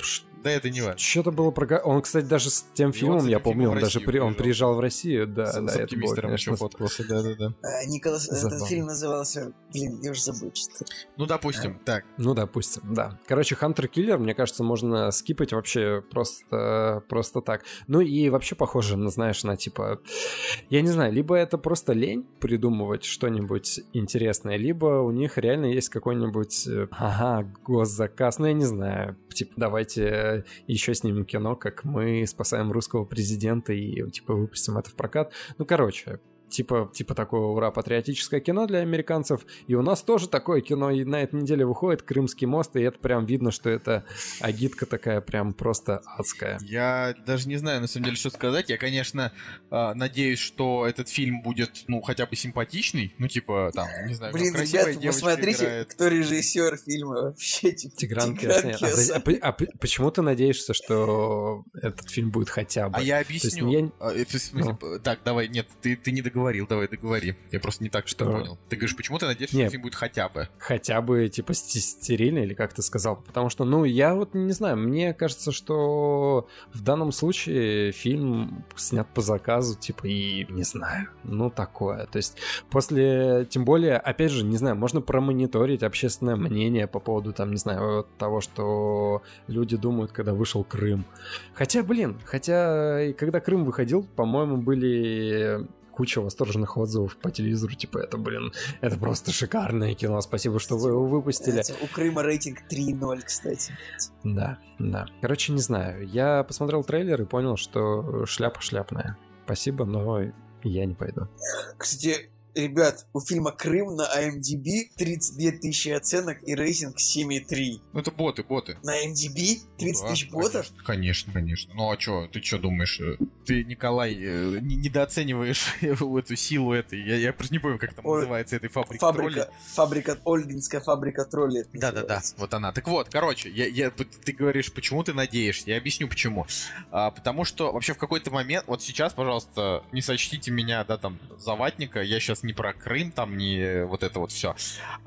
Да это не важно. Что-то было про... Он, кстати, даже с тем фильмом, я помню, он даже при... он приезжал в Россию. Да, с, да, с это было, конечно... еще фоткался, да-да-да. А, Николас, Забавно. этот фильм назывался... Блин, я уже забыл что-то. Ну, допустим, а. так. Ну, допустим, да. Короче, Хантер-киллер, мне кажется, можно скипать вообще просто, просто так. Ну и вообще похоже на, знаешь, на типа... Я не знаю, либо это просто лень придумывать что-нибудь интересное, либо у них реально есть какой-нибудь... Ага, госзаказ, ну я не знаю. Типа, давайте еще снимем кино, как мы спасаем русского президента и типа выпустим это в прокат. Ну, короче... Типа, типа такое ура-патриотическое кино для американцев. И у нас тоже такое кино и на этой неделе выходит, «Крымский мост», и это прям видно, что это агитка такая прям просто адская. Я даже не знаю, на самом деле, что сказать. Я, конечно, надеюсь, что этот фильм будет, ну, хотя бы симпатичный. Ну, типа, там, не знаю, блин, красивая ребята, девочка посмотрите, играет. Кто режиссер фильма вообще. Типа, Тигран Кеосан. А, а, а почему ты надеешься, что этот фильм будет хотя бы? А я объясню. Я... А, это, в смысле, ну. Так, давай, нет, ты, ты не договорил. Говорил, давай договори. Я просто не так что понял. Ты говоришь, почему ты надеешься, что фильм будет хотя бы? Хотя бы, типа, стерильный, или как ты сказал? Потому что, ну, я вот не знаю, мне кажется, что в данном случае фильм снят по заказу, типа, и не знаю, ну, такое. То есть после, тем более, опять же, не знаю, можно промониторить общественное мнение по поводу, там, не знаю, того, что люди думают, когда вышел Крым. Хотя, блин, хотя, когда Крым выходил, по-моему, были... куча восторженных отзывов по телевизору, типа, это, блин, это просто шикарное кино, спасибо, что вы его выпустили. У Крыма рейтинг три ноль, кстати. Да, да. Короче, не знаю, я посмотрел трейлер и понял, что шляпа шляпная. Спасибо, но я не пойду. Кстати, ребят, у фильма «Крым» на ай эм ди би тридцать две тысячи оценок и рейтинг семь и три. Ну это боты, боты. На ай эм ди би тридцать тысяч ну, да, ботов? Конечно, конечно. Ну а чё, ты чё думаешь? Ты, Николай, не, недооцениваешь эту силу этой. Я, я просто не помню, как там О, называется этой фабрика фабрика, троллей. Фабрика, Ольгинская фабрика троллей. Да-да-да, вот она. Так вот, короче, я, я, ты говоришь, почему ты надеешься? Я объясню, почему. А, потому что вообще в какой-то момент, вот сейчас, пожалуйста, не сочтите меня, да, там, за ватника, я сейчас не про Крым, там, не вот это вот все.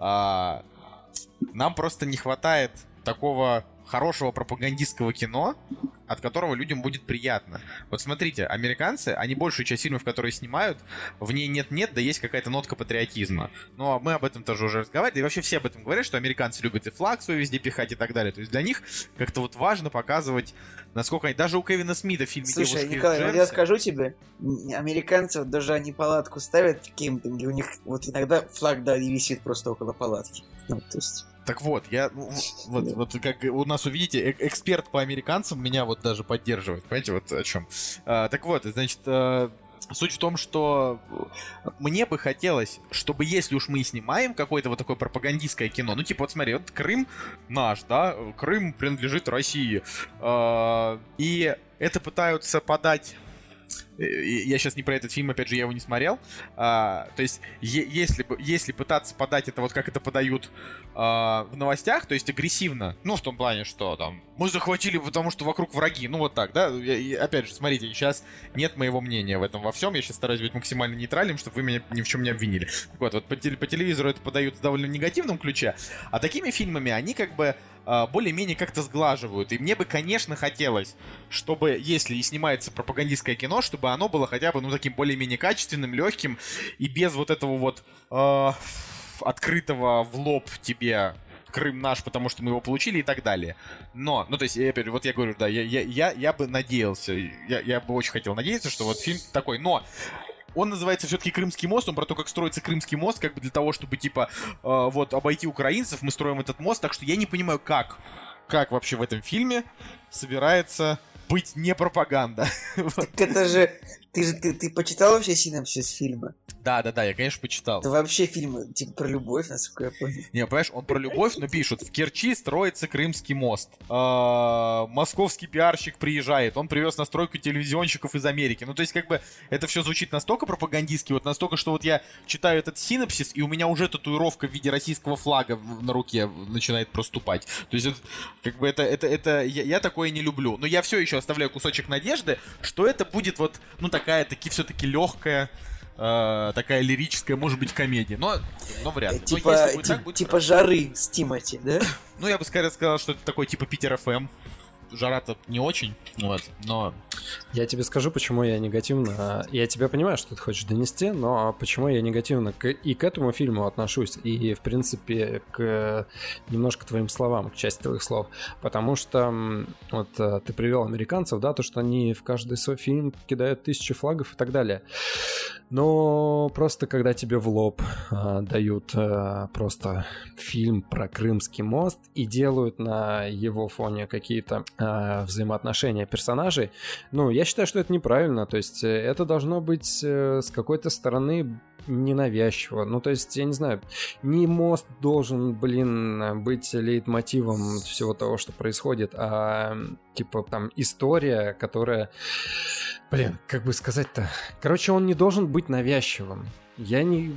А, нам просто не хватает такого хорошего пропагандистского кино, от которого людям будет приятно. Вот смотрите, американцы, они большую часть фильмов, которые снимают, в ней нет-нет, да есть какая-то нотка патриотизма. Но мы об этом тоже уже разговаривали, и вообще все об этом говорят, что американцы любят и флаг свой везде пихать и так далее. То есть для них как-то вот важно показывать, насколько они... Даже у Кевина Смита в фильме «Девушки в Джерси». Слушай, Николай, вот я скажу тебе, американцы, вот даже они палатку ставят в кемпинге, у них вот иногда флаг, да, и висит просто около палатки. Ну, то есть... Так вот, я вот, вот как у нас, увидите, эксперт по американцам меня вот даже поддерживает. Понимаете, вот о чем. А, так вот, значит, а, суть в том, что мне бы хотелось, чтобы если уж мы снимаем какое-то вот такое пропагандистское кино, ну типа вот смотри, вот Крым наш, да, Крым принадлежит России, а, и это пытаются подать... Я сейчас не про этот фильм, опять же, я его не смотрел. А, то есть, е- если, если пытаться подать это вот как это подают а, в новостях, то есть агрессивно, ну, в том плане, что там мы захватили, потому что вокруг враги, ну, вот так, да. И, опять же, смотрите, сейчас нет моего мнения в этом во всем. Я сейчас стараюсь быть максимально нейтральным, чтобы вы меня ни в чем не обвинили. Так вот, вот по, теле- по телевизору это подают в довольно негативном ключе, а такими фильмами они как бы более-менее как-то сглаживают. И мне бы, конечно, хотелось, чтобы, если и снимается пропагандистское кино, чтобы оно было хотя бы, ну, таким более-менее качественным, легким и без вот этого вот э, открытого в лоб тебе Крым наш, потому что мы его получили и так далее. Но, ну, то есть, я, опять, вот я говорю, да, я, я, я, я бы надеялся, я, я бы очень хотел надеяться, что вот фильм такой, но... Он называется все-таки «Крымский мост», он про то, как строится Крымский мост, как бы для того, чтобы, типа, э, вот, обойти украинцев, мы строим этот мост, так что я не понимаю, как, как вообще в этом фильме собирается быть не пропаганда. Так это же... Ты же ты, ты почитал вообще синопсис фильма? Да, да, да, я, конечно, почитал. Это вообще фильмы типа про любовь, насколько я понял. Не, понимаешь, он про любовь, но пишут: в Керчи строится Крымский мост. А, московский пиарщик приезжает, он привез на стройку телевизионщиков из Америки. Ну, то есть, как бы, это все звучит настолько пропагандистски, вот настолько, что вот я читаю этот синопсис, и у меня уже татуировка в виде российского флага на руке начинает проступать. То есть, это, как бы, это, это, это я, я такое не люблю. Но я все еще оставляю кусочек надежды, что это будет вот, ну, такая, таки все-таки легкая, э, такая лирическая, может быть, комедия. Но, но вряд ли. Типа, но тип, так, типа «Жары» с Тимати, да? Ну, я бы скорее сказал, что это такой типа Питер эф эм. жара-то не очень, вот, но... Я тебе скажу, почему я негативно... Я тебя понимаю, что ты хочешь донести, но почему я негативно к... и к этому фильму отношусь, и, в принципе, к немножко твоим словам, к части твоих слов. Потому что вот ты привел американцев, да, то, что они в каждый свой фильм кидают тысячи флагов и так далее. Но просто когда тебе в лоб а, дают а, просто фильм про Крымский мост и делают на его фоне какие-то а, взаимоотношения персонажей, ну, я считаю, что это неправильно. То есть это должно быть а, с какой-то стороны ненавязчиво. Ну, то есть, я не знаю, не мост должен, блин, быть лейтмотивом всего того, что происходит, а типа там история, которая... Блин, как бы сказать-то... Короче, он не должен быть навязчивым. Я не...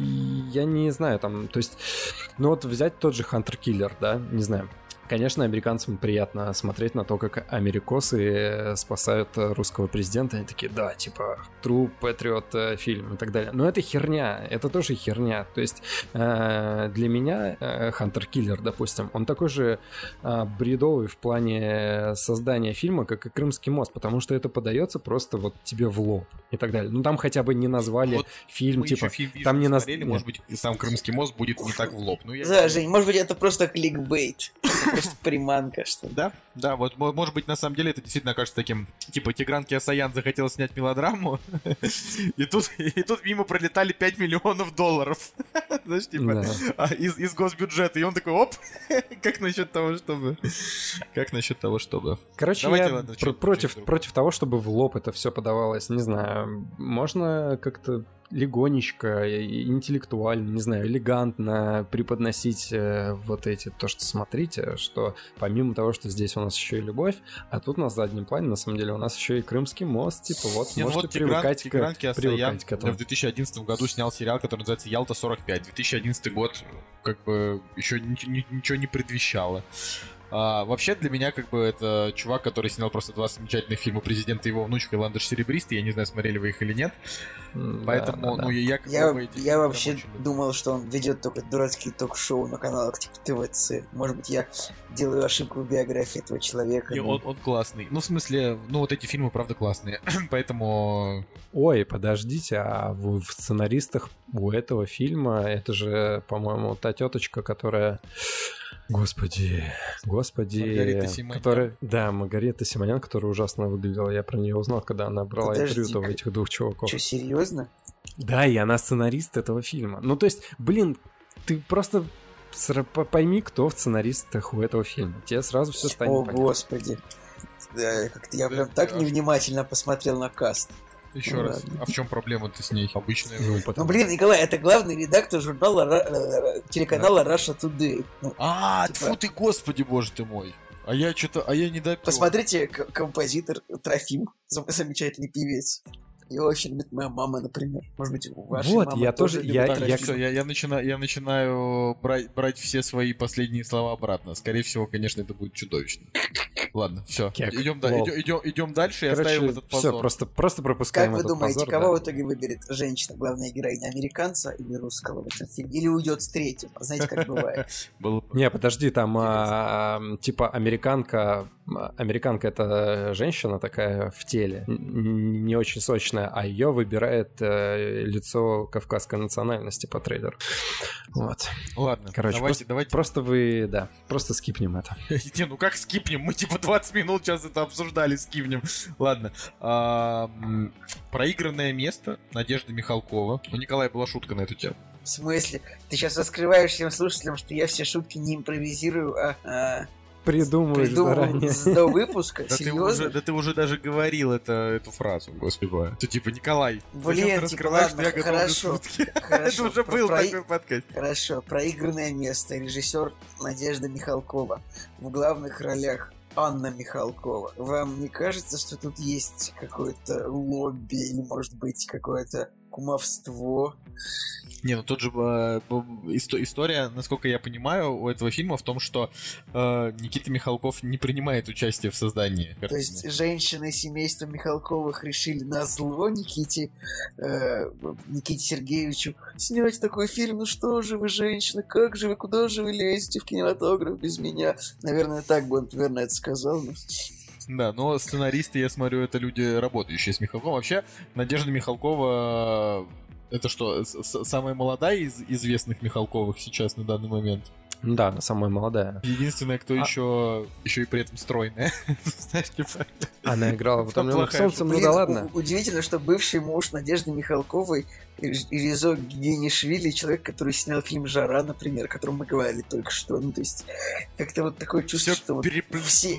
Я не знаю, там... То есть... Ну вот взять тот же Хантер-Киллер, да? Не знаю. Конечно, американцам приятно смотреть на то, как америкосы спасают русского президента. Они такие, да, типа, True Patriot фильм и так далее. Но это херня, это тоже херня. То есть э, для меня Хантер-Киллер, допустим, он такой же э, бредовый в плане создания фильма, как и Крымский мост, потому что это подается просто вот тебе в лоб и так далее. Ну там хотя бы не назвали вот фильм, типа... Фильм там не смотрели, наз... может быть, сам Крымский мост будет не так в лоб. Ну, я... Да, Жень, может быть, это просто кликбейт. Просто приманка, что ли. Да, да, вот, может быть, на самом деле это действительно кажется таким, типа, Тигран Кеосаян захотел снять мелодраму, и тут, и тут мимо пролетали пять миллионов долларов, знаешь, типа, из, из госбюджета, и он такой, оп, как насчет того, чтобы... Как насчет того, чтобы... Короче, Давайте, я ладно, пр- против, против того, чтобы в лоб это все подавалось, не знаю, можно как-то легонечко, интеллектуально, не знаю, элегантно преподносить э, вот эти, то, что смотрите, что помимо того, что здесь у нас еще и любовь, а тут на заднем плане, на самом деле, у нас еще и Крымский мост, типа, вот, Нет, можете вот привыкать, Тигран, к, Тигран привыкать к этому. В две тысячи одиннадцатом году снял сериал, который называется «Ялта сорок пять». две тысячи одиннадцатый год как бы еще ничего не предвещало. А, вообще, для меня, как бы, это чувак, который снял просто два замечательных фильма «Президент и его внучка» и «Ландыш серебристый». Я не знаю, смотрели вы их или нет. Да, Поэтому, да, ну, да. я... Я, я, я вообще думал, что он ведет только дурацкие ток-шоу на каналах типа ТВЦ. Может быть, я делаю ошибку в биографии этого человека. И но... он, он классный. Ну, в смысле, ну, вот эти фильмы, правда, классные. Поэтому... Ой, подождите, а в, в сценаристах у этого фильма, это же, по-моему, та теточка, которая... Господи, господи, Маргарита Симонян. Которая, да, Маргарита Симонян, которая ужасно выглядела. Я про нее узнал, когда она брала Подожди, интервью у этих двух чуваков. Что, серьезно? Да, и она сценарист этого фильма. Ну, то есть, блин, ты просто пойми, кто в сценаристах у этого фильма. Тебе сразу все станет О, понятно. господи. Да, как-то я прям так невнимательно посмотрел на каст. Еще ну, раз, ладно. а в чем проблема-то с ней? Обычная. Ну, Ну, потому... блин, Николай, это главный редактор журнала Ра- телеканала Russia Today. Ну, А, типа... тьфу ты, господи, боже ты мой. А я что-то, а я не допил. Посмотрите, к- композитор Трофим, зам- замечательный певец. Его очень любит моя мама, например. Может быть, ваша Вот, мама я тоже- любит я- Так, Трофима. всё, я, я, начинаю, я начинаю брать, брать все свои последние слова обратно. Скорее всего, конечно, это будет чудовищно. Ладно, все. Кек, Идем, да, лол. идем, идем, идем дальше и оставим Короче, этот позор. все, просто, просто пропускаем Как вы этот думаете, позор, кого да. в итоге выберет женщина, главная героиня, американца или русского в этом фильме? Или уйдет с третьим? Знаете, как бывает. Было- Не, подожди, там а, а, типа американка, а, американка это женщина такая в теле, н- не очень сочная, а ее выбирает э, лицо кавказской национальности по трейлеру. Вот. Ладно, Короче, давайте, просто, давайте. просто вы, да, просто скипнем это. Не, ну как скипнем? Мы типа двадцать минут сейчас это обсуждали, скипнем. Ладно. А, м, проигранное место Надежда Михалкова. У Николая была шутка на эту тему. В смысле? Ты сейчас раскрываешь всем слушателям, что я все шутки не импровизирую, а, а Придумаешь придумал заранее. с- до выпуска? Да ты, Серьезно? уже, да ты уже даже говорил это, эту фразу, господи. Что типа, Николай, Блин, зачем ты типа, раскрываешь, ладно, что я готовлю хорошо, шутки? хорошо. Это уже Про- был про- такой подкаст. Хорошо, проигранное место. Режиссер Надежда Михалкова. В главных ролях Анна Михалкова. Вам не кажется, что тут есть какое-то лобби или, может быть, какое-то кумовство? Не, ну тут же э, исто- история, насколько я понимаю, у этого фильма в том, что э, Никита Михалков не принимает участие в создании картины. То есть женщины семейства Михалковых решили на зло Никите, э, Никите Сергеевичу снять такой фильм. Ну что же вы, женщины, как же вы, куда же вы лезете в кинематограф без меня? Наверное, так бы он примерно это сказал. Но... Да, но сценаристы, я смотрю, это люди, работающие с Михалковым. Вообще, Надежда Михалкова... Это что, самая молодая из известных Михалковых сейчас на данный момент? Да, она самая молодая. Единственная, кто а... еще, еще и при этом стройная. Знаешь, типа... Она играла в «Утомленных солнцем», ну да ладно. Удивительно, что бывший муж Надежды Михалковой, Резо Генишвили, человек, который снял фильм «Жара», например, о котором мы говорили только что. Ну, то есть, как-то вот такое чувство, все что вот все...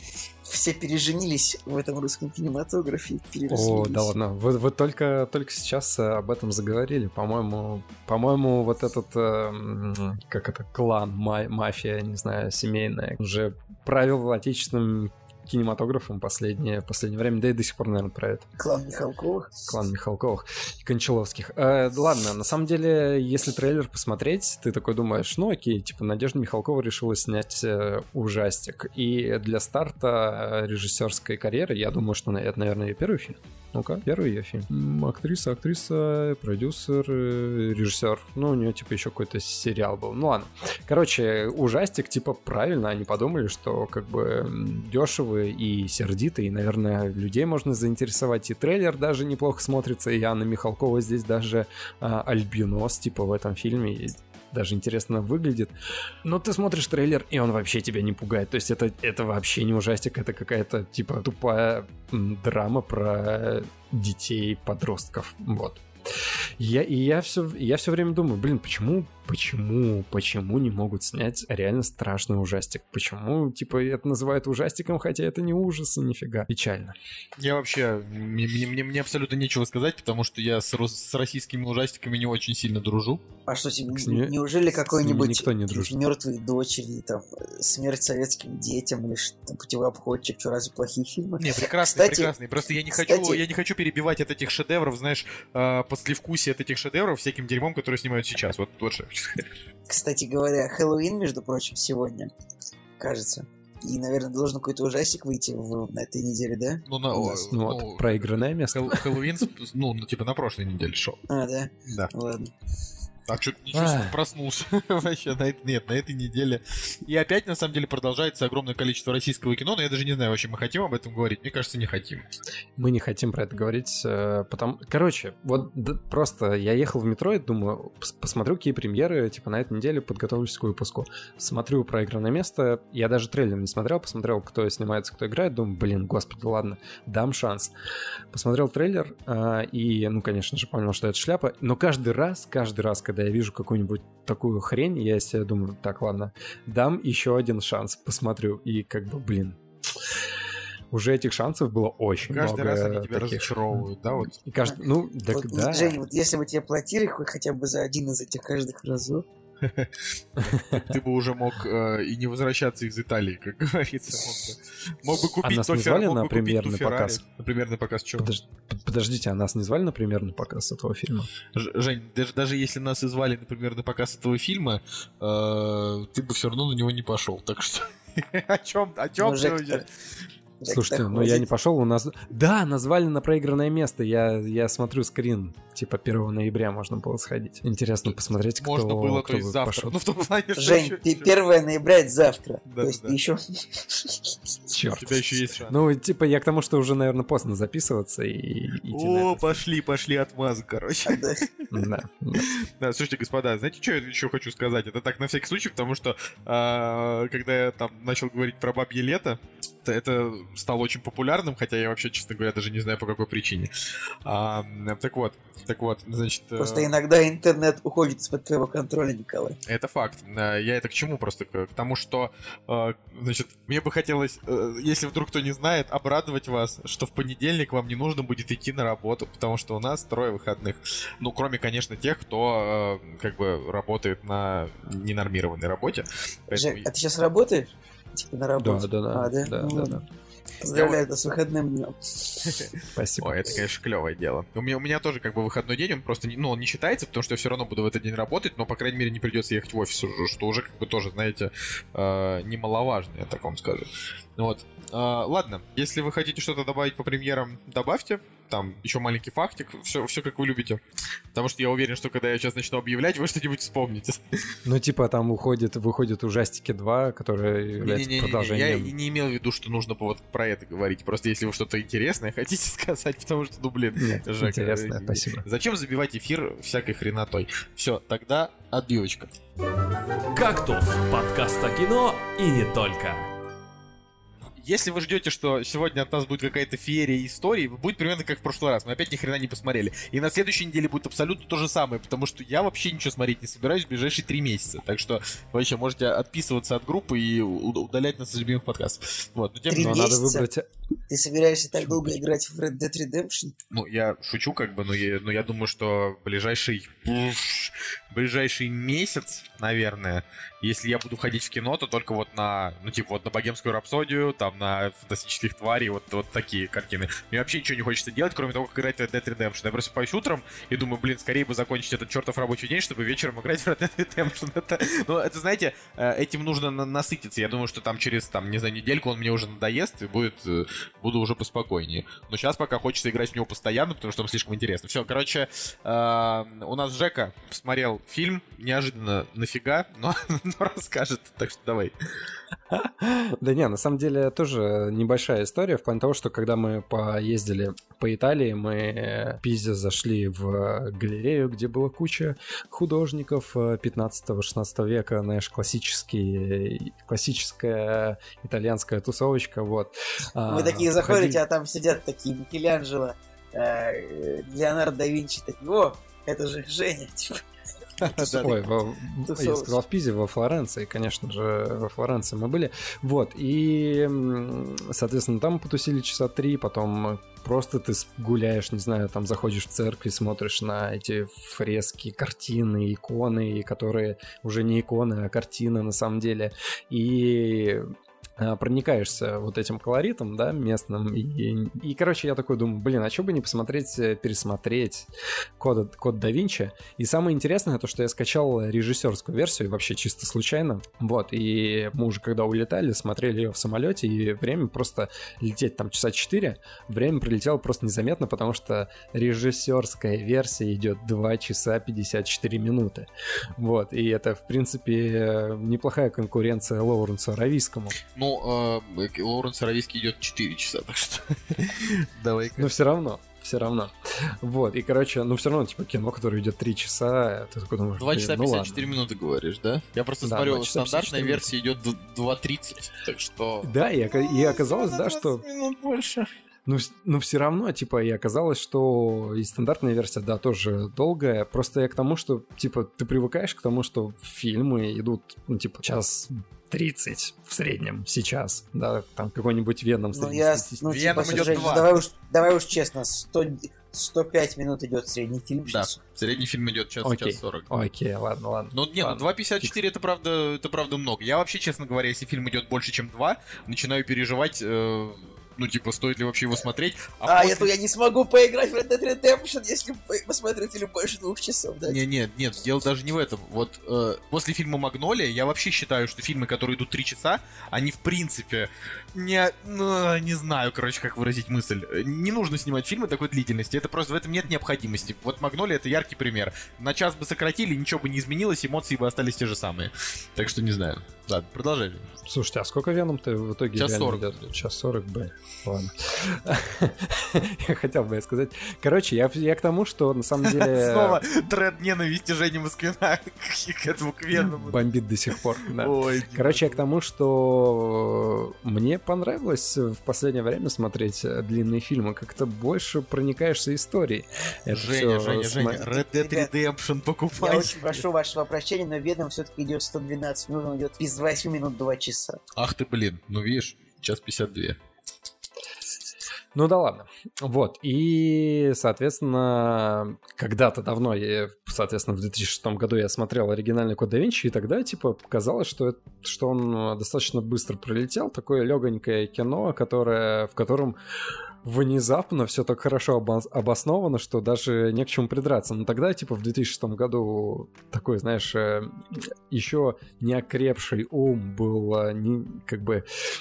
Все переженились в этом русском кинематографе. О, да ладно. Вы, вы только, только сейчас об этом заговорили. По-моему, по-моему, вот этот, э, как это, клан, ма- мафия, не знаю, семейная, уже правил отечественным кинематографом последнее, последнее время, да и до сих пор, наверное, про это. Клан Михалковых. Клан Михалковых и Кончаловских. Э, ладно, на самом деле, если трейлер посмотреть, ты такой думаешь, ну окей, типа Надежда Михалкова решила снять э, ужастик. И для старта режиссерской карьеры, я думаю, что это, наверное, ее первый фильм. Ну-ка, первый ее фильм. Актриса, актриса, продюсер, режиссер. Ну, у нее, типа, еще какой-то сериал был. Ну, ладно. Короче, ужастик, типа, правильно они подумали, что, как бы, дешевый и сердитый, и, наверное, людей можно заинтересовать. И трейлер даже неплохо смотрится, и Анна Михалкова здесь даже а, альбинос, типа, в этом фильме есть. Даже интересно выглядит. Но ты смотришь трейлер, и он вообще тебя не пугает. То есть это, это вообще не ужастик, это какая-то, типа, тупая м, драма про детей, подростков. Вот. Я, и я все, я все время думаю, блин, почему, почему, почему не могут снять реально страшный ужастик? Почему, типа, это называют ужастиком, хотя это не ужас и нифига. Печально. Я вообще, мне, мне, мне абсолютно нечего сказать, потому что я с, с российскими ужастиками не очень сильно дружу. А что, тебе, не, неужели какой-нибудь никто не дружит. «Мертвые дочери», там, «Смерть советским детям» или что-то, «Путевообходчик», что, разве плохие фильмы? Не, прекрасные, кстати, прекрасные. Просто я не, кстати, хочу, я не хочу перебивать от этих шедевров, знаешь, послевкусие от этих шедевров всяким дерьмом, которые снимают сейчас. Вот, вот что. Кстати говоря, Хэллоуин, между прочим, сегодня, кажется. И, наверное, должен какой-то ужастик выйти в, на этой неделе, да? Ну, на, ну, ну вот, проигранное место. Хэллоуин, ну, типа на прошлой неделе шел. А, да? Да. Ладно. А что-то ничего себе, проснулся вообще. На, нет, на этой неделе. И опять, на самом деле, продолжается огромное количество российского кино, но я даже не знаю, вообще мы хотим об этом говорить. Мне кажется, не хотим. Мы не хотим про это говорить, потому... Короче, вот да, просто я ехал в метро и думаю, посмотрю, какие премьеры, типа, на этой неделе подготовлюсь к выпуску. Смотрю проигранное место, я даже трейлер не смотрел, посмотрел, кто снимается, кто играет, думаю, блин, господи, ладно, дам шанс. Посмотрел трейлер и, ну, конечно же, понял, что это шляпа, но каждый раз, каждый раз, когда Когда я вижу какую-нибудь такую хрень, я себе думаю, так, ладно, дам еще один шанс, посмотрю. И как бы, блин, уже этих шансов было очень каждый много. Каждый раз они тебя таких. разочаровывают, да? Вот. И каждый, ну, так, вот, да. Жень, вот если бы тебе платили хоть хотя бы за один из этих каждых разов, ты бы уже мог э, и не возвращаться из Италии, как говорится. Мог бы, мог бы купить а нас не звали на премьерный показ? На премьерный показ чего? Подож... Подождите, а нас не звали на премьерный показ этого фильма? Ж- Жень, даже, даже если нас и звали на премьерный показ этого фильма, э, ты бы все равно на него не пошел. Так что о чем, о чем ты вообще? Слушайте, ну я не пошел, у нас... Да, назвали на проигранное место, я, я смотрю скрин, типа первого ноября можно было сходить. Интересно посмотреть, кто Можно было, кто то есть завтра. Пошел. Ну, в том плане, Жень, еще, ты еще... первое ноября это завтра. Да, то есть да. еще... Черт. У тебя еще есть шанс. Ну, типа, я к тому, что уже, наверное, поздно записываться и идти на О, это. пошли, пошли отмазы, короче. Да. Да. Да, слушайте, господа, знаете, что я еще хочу сказать? Это так на всякий случай, потому что а, когда я там начал говорить про бабье лето, то это стало очень популярным, хотя я вообще, честно говоря, даже не знаю по какой причине. А, так вот, так вот, значит... Просто иногда интернет уходит из-под твоего контроля, Николай. Это факт. Я это к чему просто? К тому, что, значит, мне бы хотелось, если вдруг кто не знает, обрадовать вас, что в понедельник вам не нужно будет идти на работу, потому что у нас трое выходных. Ну, кроме, конечно, тех, кто как бы работает на ненормированной работе. Поэтому... Жень, а ты сейчас работаешь? Типа на работе? Да, да, да. А, да? да, ну, да, да. Поздравляю тебя с выходным днем. Спасибо. Ой, это, конечно, клевое дело. У меня, у меня тоже как бы выходной день, он просто не, ну, он не считается, потому что я все равно буду в этот день работать, но, по крайней мере, не придется ехать в офис уже, что уже как бы тоже, знаете, э, немаловажно, я так вам скажу. Вот. Э, ладно, если вы хотите что-то добавить по премьерам, добавьте. Там еще маленький фактик, все, все как вы любите. Потому что я уверен, что когда я сейчас начну объявлять, вы что-нибудь вспомните. Ну, типа, там уходит, выходит «Ужастики два», которые являются Не-не-не, продолжением. я не имел в виду, что нужно вот про это говорить. Просто если вы что-то интересное хотите сказать, потому что, ну, блин, Нет, Жека, интересно, спасибо. Зачем забивать эфир всякой хренотой? Все, тогда отбивочка. «Кактус» — подкаст о кино и не только. Если вы ждете, что сегодня от нас будет какая-то феерия историй, будет примерно как в прошлый раз. Мы опять ни хрена не посмотрели. И на следующей неделе будет абсолютно то же самое, потому что я вообще ничего смотреть не собираюсь в ближайшие три месяца. Так что вы вообще можете отписываться от группы и удалять нас из любимых подкастов. Вот. Но, тем Три не Но менее, надо месяца? выбрать... Ты собираешься так долго играть в Red Dead Redemption? ну, я шучу как бы, но я, но я думаю, что ближайший... ближайший месяц, наверное, если я буду ходить в кино, то только вот на, ну, типа, вот на «Богемскую рапсодию», там, на «Фантастических тварей», вот, вот такие картины. Мне вообще ничего не хочется делать, кроме того, как играть в Red Dead Redemption. Я просыпаюсь утром и думаю, блин, скорее бы закончить этот чертов рабочий день, чтобы вечером играть в Red Dead Redemption. Это, ну, это, знаете, этим нужно на- насытиться. Я думаю, что там через, там, не знаю, недельку он мне уже надоест, и будет, буду уже поспокойнее. Но сейчас пока хочется играть в него постоянно, потому что он слишком интересно. Все, короче, э, у нас Жека смотрел фильм, неожиданно нафига, но, но расскажет, так что давай. Да не, на самом деле тоже небольшая история в плане того, что когда мы поездили по Италии, мы в Пизе зашли в галерею, где была куча художников пятнадцатого-шестнадцатого века, знаешь, классический, классическая итальянская тусовочка, вот. Вы такие заходите, а там сидят такие Микеланджело, э, Леонардо да Винчи, такие, о, это же Женя, типа. Ой, во- я сказал в Пизе, во Флоренции, конечно же, во Флоренции мы были. Вот, и, м, соответственно, там потусили часа три, потом просто ты с- гуляешь, не знаю, там заходишь в церковь, смотришь на эти фрески, картины, иконы, которые уже не иконы, а картины на самом деле. И а, проникаешься вот этим колоритом, да, местным, и, и, и, короче, я такой думаю, блин, а что бы не посмотреть, э, пересмотреть Код, Код да Винчи, и самое интересное, то, что я скачал режиссерскую версию, вообще чисто случайно, вот, и мы уже когда улетали, смотрели ее в самолете, и время просто лететь там часа четыре, время прилетело просто незаметно, потому что режиссерская версия идет два часа пятьдесят четыре минуты, вот, и это, в принципе, неплохая конкуренция Лоуренсу Аравийскому. Ну, э, Лоуренс Аравийский идет четыре часа, так что давай-ка. Но все равно, все равно. Вот, и, короче, ну все равно, типа, кино, которое идет три часа, ты такой думаешь, два часа блин, ну пятьдесят ладно. четыре минуты, говоришь, да? Я просто Да, смотрю, два часа пятьдесят стандартная четыре версия идет два тридцать, так что... Да, и, ока- и оказалось, да, что... минут больше. Ну, вс- ну, все равно, типа, и оказалось, что и стандартная версия, да, тоже долгая. Просто я к тому, что, типа, ты привыкаешь к тому, что фильмы идут, ну, типа, час тридцать в среднем сейчас, да, там какой-нибудь Веном Ну, я, ну, Веном типа, идет Жень, два. давай уж, давай уж честно, сто, сто пять минут идет средний фильм Да, сейчас. средний фильм идет час, Окей. час сорок. Окей, ладно, ладно. Ну, не, ну Ладно. два пятьдесят четыре это правда, это правда много. Я вообще, честно говоря, если фильм идет больше, чем два, начинаю переживать, э, ну, типа, стоит ли вообще его смотреть. А, после- я, то я не смогу поиграть в Red Dead Redemption, если по- посмотрю фильм больше двух часов, да? Не, нет, нет, дело даже не в этом. Вот э, после фильма «Магнолия» я вообще считаю, что фильмы, которые идут три часа, они в принципе не, ну, не знаю, короче, как выразить мысль. Не нужно снимать фильмы такой длительности, это просто в этом нет необходимости. Вот «Магнолия» — это яркий пример. На час бы сократили, ничего бы не изменилось, эмоции бы остались те же самые. Так что не знаю. Ладно, продолжай. Слушайте, а сколько Веном-то в итоге Час реально сорок. идет? Час сорок, блин. Ладно. Я хотел бы сказать. Короче, я, я к тому, что на самом деле... Снова тред ненависти Жени Москвина к этому, к Веному. Бомбит до сих пор, да. Ой, Короче, я к тому, что мне понравилось в последнее время смотреть длинные фильмы. Как-то больше проникаешься историей. Это Женя, всё Женя, сма- Женя, Red Dead Ребят, Redemption Я покупай. очень прошу вашего прощения, но Ведом все-таки идет сто двенадцать минут, он идет без восьми минут два часа. Ах ты, блин, ну видишь, час пятьдесят два. Ну да ладно. Вот. И, соответственно, когда-то давно, я, соответственно, в две тысячи шестом году я смотрел оригинальный Код да Винчи, и тогда, типа, показалось, что, это, что он достаточно быстро пролетел. Такое легонькое кино, которое, в котором внезапно все так хорошо обосновано, что даже не к чему придраться. Но тогда, типа, в две тысячи шестом году такой, знаешь, еще не окрепший ум был, не, как бы...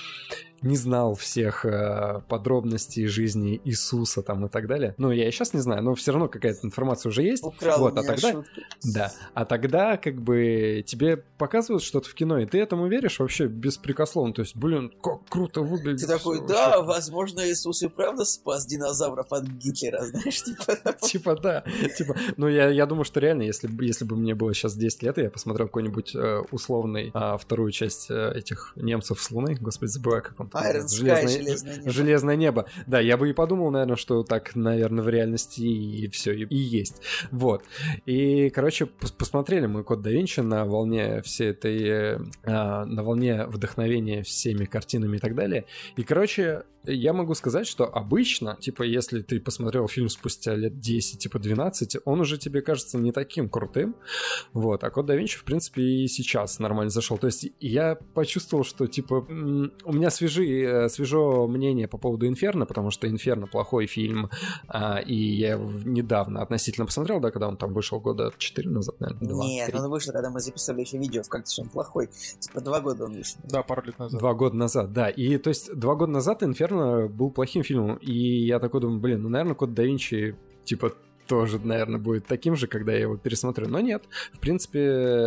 не знал всех э, подробностей жизни Иисуса там и так далее. Ну, я и сейчас не знаю, но все равно какая-то информация уже есть. Украл вот, у меня а тогда, шутки. да, а тогда как бы тебе показывают что-то в кино, и ты этому веришь вообще беспрекословно. То есть, блин, как круто выглядит. Ты такой, всё, да, вообще. возможно, Иисус и правда спас динозавров от Гитлера, знаешь, типа. Типа, да. Типа, ну, я, я думаю, что реально, если, бы- если бы мне было сейчас десять лет, и я посмотрел какой-нибудь э, условный а, вторую часть э, этих немцев с Луны, господи, забываю, как он там Iron называется. Sky, железное небо. Железное небо. Да, я бы и подумал, наверное, что так, наверное, в реальности и все и, и есть. Вот. И, короче, пос- посмотрели мы Код да Винчи на волне всей этой... э, а, на волне вдохновения всеми картинами и так далее. И, короче, я могу сказать, что обычно, типа, если ты посмотрел фильм спустя лет десять, типа двенадцать, он уже тебе кажется не таким крутым. Вот. А Код да Винчи, в принципе, и сейчас нормально зашел. То есть я почувствовал, что, типа, м, у меня свежи, э, свежо мнение по поводу Инферно, потому что Инферно плохой фильм, а, и я его недавно относительно посмотрел, да, когда он там вышел года четыре назад, наверное, два, Нет, три. он вышел, когда мы записали еще видео, в как-то, что он плохой. Типа два года он вышел. Да, пару лет назад. Два года назад, да. И то есть два года назад Инферно был плохим фильмом. И я такой думаю, блин, ну, наверное, Код да Винчи, типа, тоже, наверное, будет таким же, когда я его пересмотрю. Но нет. В принципе,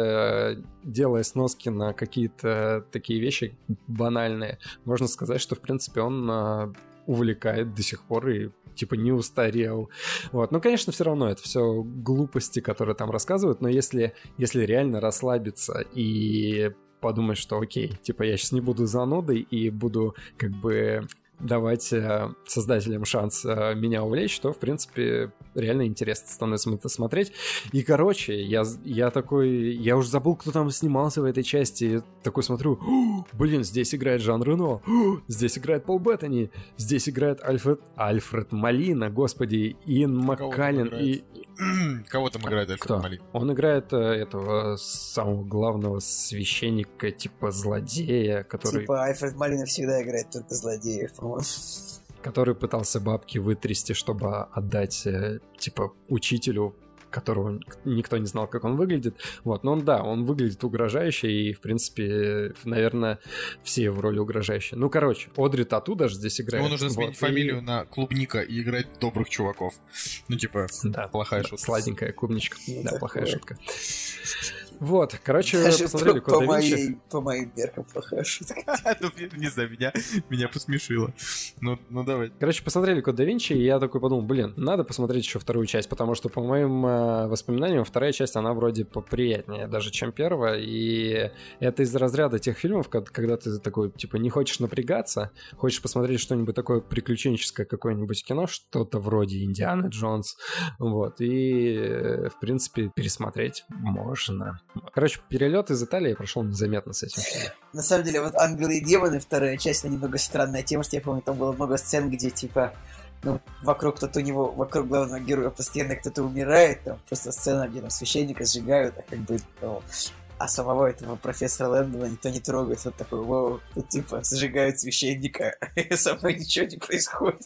э, делая сноски на какие-то такие вещи банальные, можно сказать, что, в принципе, он э, увлекает до сих пор и типа не устарел. Вот. Ну, конечно, все равно это все глупости, которые там рассказывают, но если, если реально расслабиться и подумать, что окей, типа я сейчас не буду занудой и буду как бы давать э, создателям шанс э, меня увлечь, то, в принципе, реально интересно становится это смотреть. И, короче, я, я такой... Я уже забыл, кто там снимался в этой части. И такой смотрю, блин, здесь играет Жан Рено, здесь играет Пол Беттани, здесь играет Альфред, Альфред Молина, господи, Иэн Маккаллен и... Кого там играет Альфред Кто? Молина? Он играет э, этого самого главного священника, типа злодея, который... Типа Альфред Молина всегда играет только злодеев, по-моему. который пытался бабки вытрясти, чтобы отдать, э, типа, учителю, которого никто не знал, как он выглядит. Вот, но он, да, он выглядит угрожающе, и, в принципе, наверное, все в роли угрожающие. Ну, короче, Одри Тату даже здесь играет. Ему нужно сменить Вот, фамилию и- на Клубника и играть добрых чуваков. Ну, типа, Да, плохая да, шутка. сладенькая клубничка. Ну, Да, такое. плохая шутка. Вот, короче, Даже посмотрели по, Код по да Винчи. моей, по моим меркам плохая шутка. Ну, не знаю, меня, меня посмешило. Ну, ну давай. Короче, посмотрели Код да Винчи, и я такой подумал, блин, надо посмотреть еще вторую часть, потому что, по моим э, воспоминаниям, вторая часть, она вроде поприятнее даже, чем первая, и это из разряда тех фильмов, ко- когда ты такой, типа, не хочешь напрягаться, хочешь посмотреть что-нибудь такое приключенческое, какое-нибудь кино, что-то вроде Индианы Джонс, вот, и, э, в принципе, пересмотреть можно. Короче, перелет из Италии прошел незаметно с этим всем. На самом деле, вот «Ангелы и демоны», вторая часть, она немного странная тема, что я помню, там было много сцен, где, типа, ну, вокруг кто-то у него, вокруг главного героя постоянно кто-то умирает, там просто сцена, где там священника сжигают, а как бы, ну, а самого этого профессора Лэндона никто не трогает, вот такой, воу, тут, типа, сжигают священника, и со мной ничего не происходит.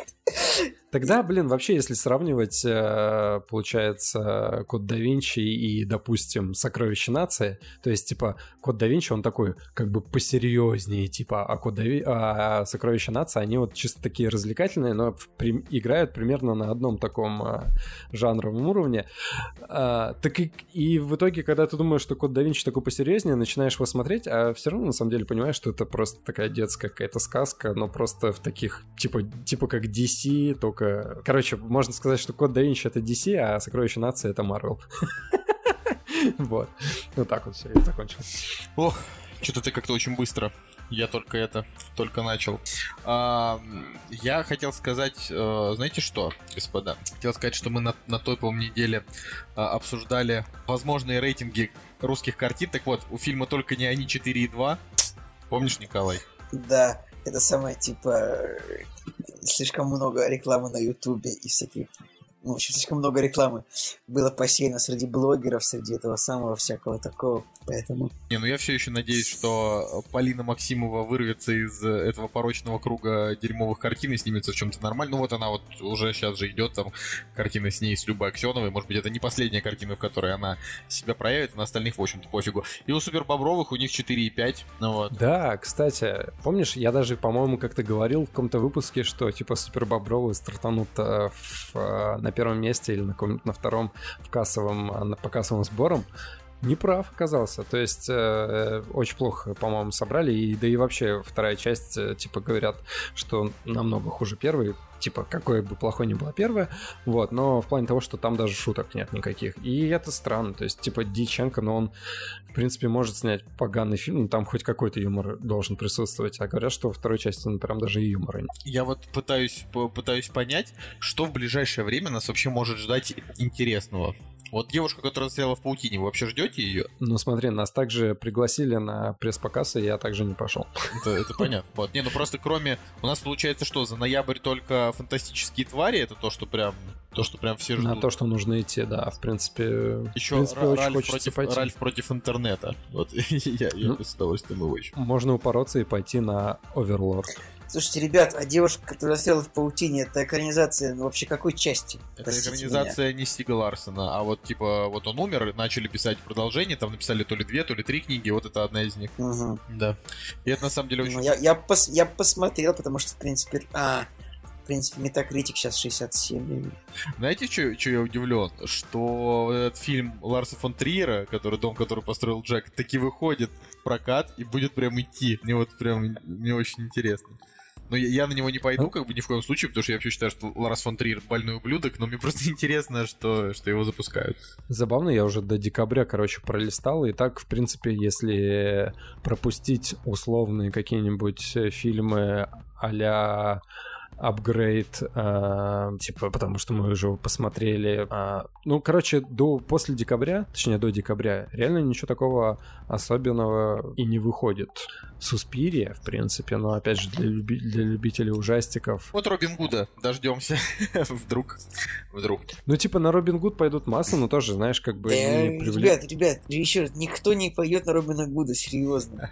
Тогда, блин, вообще, если сравнивать, э, получается, Код да Винчи и, допустим, Сокровище нации, то есть, типа, Код да Винчи, он такой, как бы, посерьезнее, типа, а, Код да Ви- а Сокровища нации, они вот чисто такие развлекательные, но в- при- играют примерно на одном таком э, жанровом уровне. А, так и, и в итоге, когда ты думаешь, что Код да Винчи такой посерьезнее, начинаешь его смотреть, а все равно, на самом деле, понимаешь, что это просто такая детская какая-то сказка, но просто в таких, типа, типа как ди си, только... Короче, можно сказать, что Код да Винчи — это ди си, а Сокровище нации — это Marvel. Вот. Вот так вот все, я закончил. Ох, что-то ты как-то очень быстро. Я только это, только начал. А, я хотел сказать, э, знаете что, господа? Хотел сказать, что мы на, на той, по-моему, неделе э, обсуждали возможные рейтинги русских картин. Так вот, у фильма «Только не они» четыре и два. Помнишь, Николай? Да, это самое, типа, слишком много рекламы на Ютубе и всяких... Ну, в общем, слишком много рекламы было посеяно среди блогеров, среди этого самого всякого такого, поэтому... Не, ну я все еще надеюсь, что Полина Максимова вырвется из этого порочного круга дерьмовых картин и снимется в чем-то нормальном. Ну вот она вот уже сейчас же идет, там, картина с ней, с Любой Аксеновой. Может быть, это не последняя картина, в которой она себя проявит, на остальных, в общем-то, пофигу. И у Супербобровых у них четыре и пять, ну вот. Да, кстати, помнишь, я даже, по-моему, как-то говорил в каком-то выпуске, что, типа, Супербобровые стартанут э, в, на первом месте или на, каком-то, на втором в кассовом, по кассовым сборам. Не прав оказался. То есть э, очень плохо, по-моему, собрали. И, да и вообще вторая часть, э, типа, говорят, что намного хуже первой. Типа, какой бы плохой ни была первая. Вот, но в плане того, что там даже шуток нет никаких. И это странно. То есть, типа, Дьяченко, но он, в принципе, может снять поганый фильм. Ну, там хоть какой-то юмор должен присутствовать. А говорят, что во второй части, ну, прям даже и юмора нет. Я вот пытаюсь, пытаюсь понять, что в ближайшее время нас вообще может ждать интересного. Вот девушка, которая застряла в паутине, вы вообще ждете ее? Ну смотри, нас также пригласили на пресс-показ, и я также не пошел. Это, это понятно. Вот. Не, ну просто кроме... У нас получается, что за ноябрь только фантастические твари, это то, что прям... То, что прям все ждут. На то, что нужно идти, да, в принципе... Еще в принципе, Ра- очень Ральф, хочется против, пойти. Ральф против интернета. Вот я, я Ну, с удовольствием его ищу. Можно упороться и пойти на Оверлорд. Слушайте, ребят, а девушка, которая застряла в паутине, это экранизация, ну, вообще какой части? Это Простите экранизация не Стига Ларсона, а вот типа вот он умер, начали писать продолжение, там написали то ли две, то ли три книги, вот это одна из них. Угу. Да. И это на самом деле очень... Ну, я, я, пос, я посмотрел, потому что, в принципе... А, в принципе, Metacritic сейчас шестьдесят семь. Знаете, что я удивлен? Что этот фильм Ларса фон Триера, который «Дом, который построил Джек», таки выходит в прокат и будет прям идти. Мне вот прям, мне очень интересно. Но я, я на него не пойду, как бы ни в коем случае, потому что я вообще считаю, что Ларс фон Триер больной ублюдок, но мне просто интересно, что, что его запускают. Забавно, я уже до декабря, короче, пролистал, и так, в принципе, если пропустить условные какие-нибудь фильмы а-ля апгрейд, э, типа, потому что мы уже его посмотрели. Э, ну, короче, до, после декабря, точнее, до декабря, реально ничего такого особенного и не выходит. Суспирия, в принципе, но, опять же, для, люби- для любителей ужастиков. Вот Робин Гуда дождемся. Вдруг. Вдруг. Ну, типа, на Робин Гуд пойдут массы, но тоже, знаешь, как бы... Да, не привлек... ребят, ребят, еще раз, никто не пойдет на Робина Гуда, серьезно.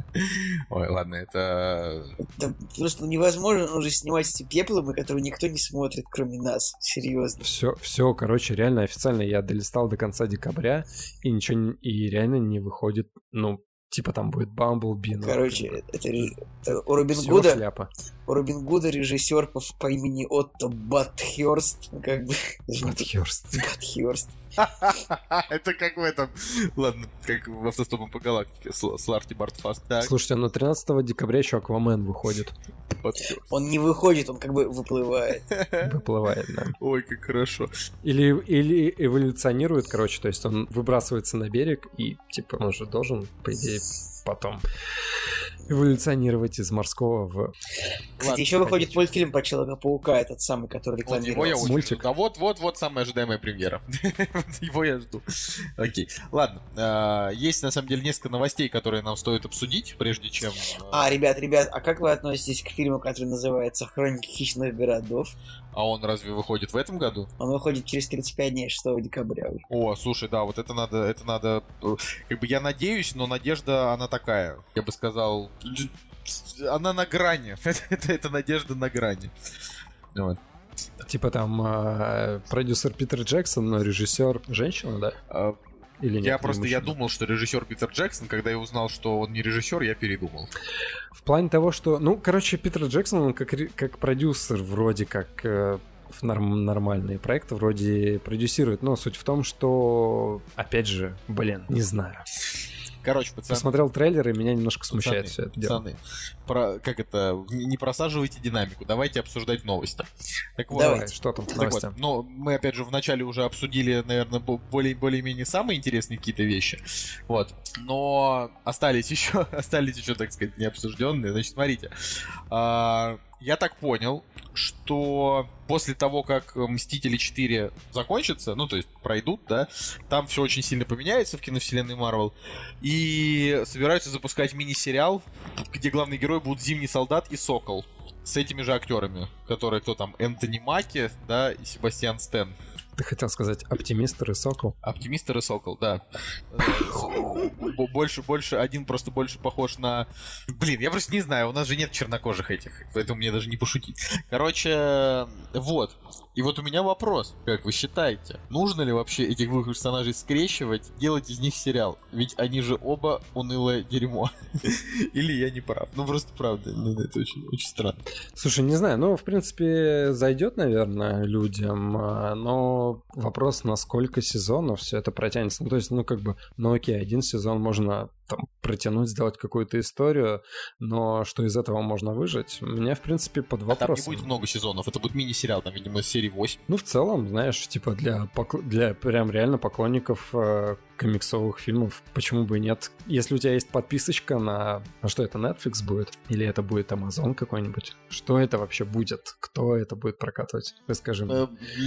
Ой, ладно, это... Это просто невозможно уже снимать эти пепломы, которые никто не смотрит, кроме нас, серьезно. Все, все, короче, реально официально я долистал до конца декабря, и ничего, не- и реально не выходит, ну, типа там будет Бамблби. ну, Короче, это, ре- это у Робин всё Гуда, шляпа. у Робин Гуда режиссер по, по имени Отто Батхёрст, как бы, даже не Батхёрст. Батхёрст. Это как в этом... Ладно, как в «Автостопом по галактике» с с Ларти Бартфаст. Так, Слушайте, ну тринадцатого декабря еще Аквамен выходит. вот всё. Он не выходит, он как бы выплывает. Выплывает, да. Ой, как хорошо. Или, или эволюционирует, короче, то есть он выбрасывается на берег, и, типа, он же должен, по идее, потом эволюционировать из морского в... Кстати, Ладно, еще выходит погодите. мультфильм про Человека-паука, этот самый, который Вот его я рекламировался. очень Мультик. жду. Да вот, вот, вот самая ожидаемая премьера. Вот его я жду. Окей. Ладно. а, Есть, на самом деле, несколько новостей, которые нам стоит обсудить, прежде чем... а, А, ребят, ребят, а как вы относитесь к фильму, который называется «Хроники хищных городов»? А он разве выходит в этом году? Он выходит через тридцать пять дней, шестого декабря. уже. О, слушай, да, вот это надо, это надо... э, Как бы я надеюсь, но надежда, она такая. Я бы сказал... Она на грани. Это, это надежда на грани. Вот. Типа там а, продюсер Питер Джексон, но режиссер женщина, да? А, Или нет? Я не просто я мужчина? думал, что режиссер Питер Джексон, когда я узнал, что он не режиссер, я передумал. В плане того, что... Ну, короче, Питер Джексон, он как, ре- как продюсер вроде как э, в норм- нормальные проекты вроде продюсирует, но суть в том, что, опять же, блин, не знаю. Короче, пацаны, Посмотрел трейлер, и меня немножко смущает пацаны, все это дело. пацаны, про, как это, не не просаживайте динамику, давайте обсуждать новости. Так вот, Давай. Давай, что там, так новости? вот, но мы опять же вначале уже обсудили, наверное, бо- более, более-менее самые интересные какие-то вещи, вот, но остались еще, остались еще, так сказать, необсужденные. Значит, смотрите, а, я так понял, что после того, как «Мстители четыре» закончатся, ну, то есть пройдут, да, там все очень сильно поменяется в киновселенной Марвел, и собираются запускать мини-сериал, где главный герой будут Зимний солдат и Сокол. с этими же актерами, которые кто там, Энтони Маки, да, и Себастьян Стэн. Ты хотел сказать Оптимистр и Сокол? Оптимистр и Сокол, да. Больше, больше, один просто больше похож на... Блин, я просто не знаю, у нас же нет чернокожих этих, поэтому мне даже не пошутить. Короче, вот. И вот у меня вопрос, как вы считаете, нужно ли вообще этих двух персонажей скрещивать, делать из них сериал? Ведь они же оба унылое дерьмо. Или я не прав? Ну, просто правда, ну, это очень, очень странно. Слушай, не знаю, ну, в принципе, зайдет, наверное, людям, но вопрос, на сколько сезонов все это протянется. Ну, то есть, ну, как бы, ну, окей, один сезон можно там протянуть, сделать какую-то историю, но что из этого можно выжить, мне, в принципе, под вопросом. А там не будет много сезонов, это будет мини-сериал, там, видимо, серии восемь. Ну, в целом, знаешь, типа для, покл... для прям реально поклонников э, комиксовых фильмов, почему бы и нет. Если у тебя есть подписочка на... А что это, Netflix будет? Или это будет Amazon какой-нибудь? Что это вообще будет? Кто это будет прокатывать? Расскажи мне.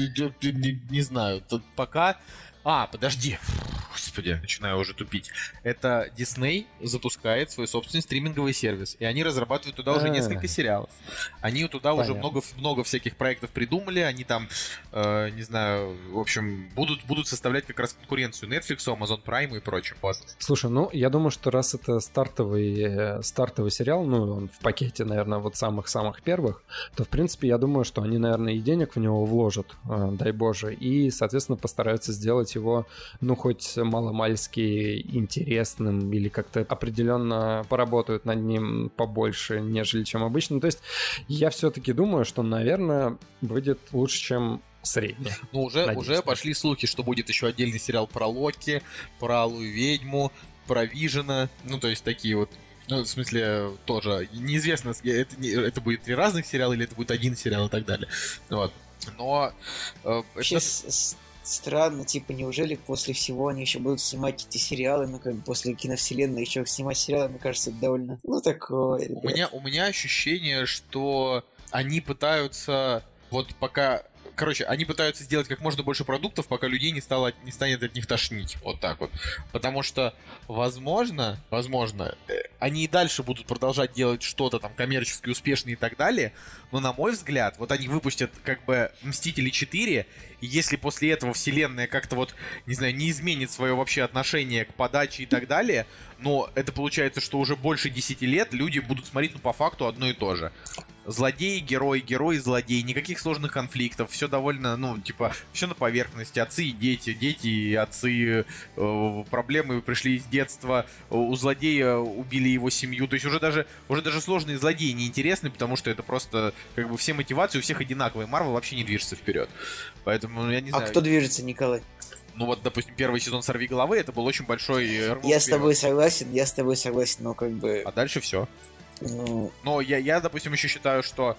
Не знаю, тут пока... А, подожди. Господи, начинаю уже тупить. Это Disney запускает свой собственный стриминговый сервис, и они разрабатывают туда уже несколько сериалов. Они туда уже много, много всяких проектов придумали, они там, э, не знаю, в общем, будут, будут составлять как раз конкуренцию Netflix, Amazon Prime и прочим. Вот. Слушай, ну, я думаю, что раз это стартовый, стартовый сериал, ну, он в пакете, наверное, вот самых-самых первых, то, в принципе, я думаю, что они, наверное, и денег в него вложат, э, дай боже, и, соответственно, постараются сделать его, ну, хоть маломальски интересным или как-то определенно поработают над ним побольше, нежели чем обычно. То есть я все-таки думаю, что, наверное, выйдет лучше, чем средний. Ну, уже, уже пошли слухи, что будет еще отдельный сериал про Локи, про Алую Ведьму, про Вижена, ну, то есть такие вот. Ну, в смысле, тоже неизвестно, это, это будет три разных сериала или это будет один сериал и так далее. Вот. Но... Э, Сейчас... Это... Странно, типа, неужели после всего они еще будут снимать эти сериалы, ну, как бы после киновселенной еще снимать сериалы, мне кажется, это довольно, ну, такое. У меня, у меня ощущение, что они пытаются, вот пока, короче, они пытаются сделать как можно больше продуктов, пока людей не стало, не станет от них тошнить, вот так вот. Потому что, возможно, возможно, они и дальше будут продолжать делать что-то там коммерчески успешное и так далее, но, на мой взгляд, вот они выпустят как бы Мстители четыре, и если после этого вселенная как-то вот, не знаю, не изменит свое вообще отношение к подаче и так далее, но это получается, что уже больше десяти лет люди будут смотреть, ну, по факту одно и то же. Злодеи, герои, герои, злодеи, никаких сложных конфликтов, все довольно, ну, типа, все на поверхности, отцы и дети, дети и отцы, э, проблемы пришли из детства, у злодея убили его семью, то есть уже даже, уже даже сложные злодеи неинтересны, потому что это просто, как бы, все мотивации у всех одинаковые, Марвел вообще не движется вперед, поэтому, я не знаю. А кто движется, Николай? Ну вот, допустим, первый сезон «Сорвиголовы» это был очень большой... Я с тобой согласен, я с тобой согласен, но как бы... А дальше все. Ну... Но я, я, допустим, еще считаю, что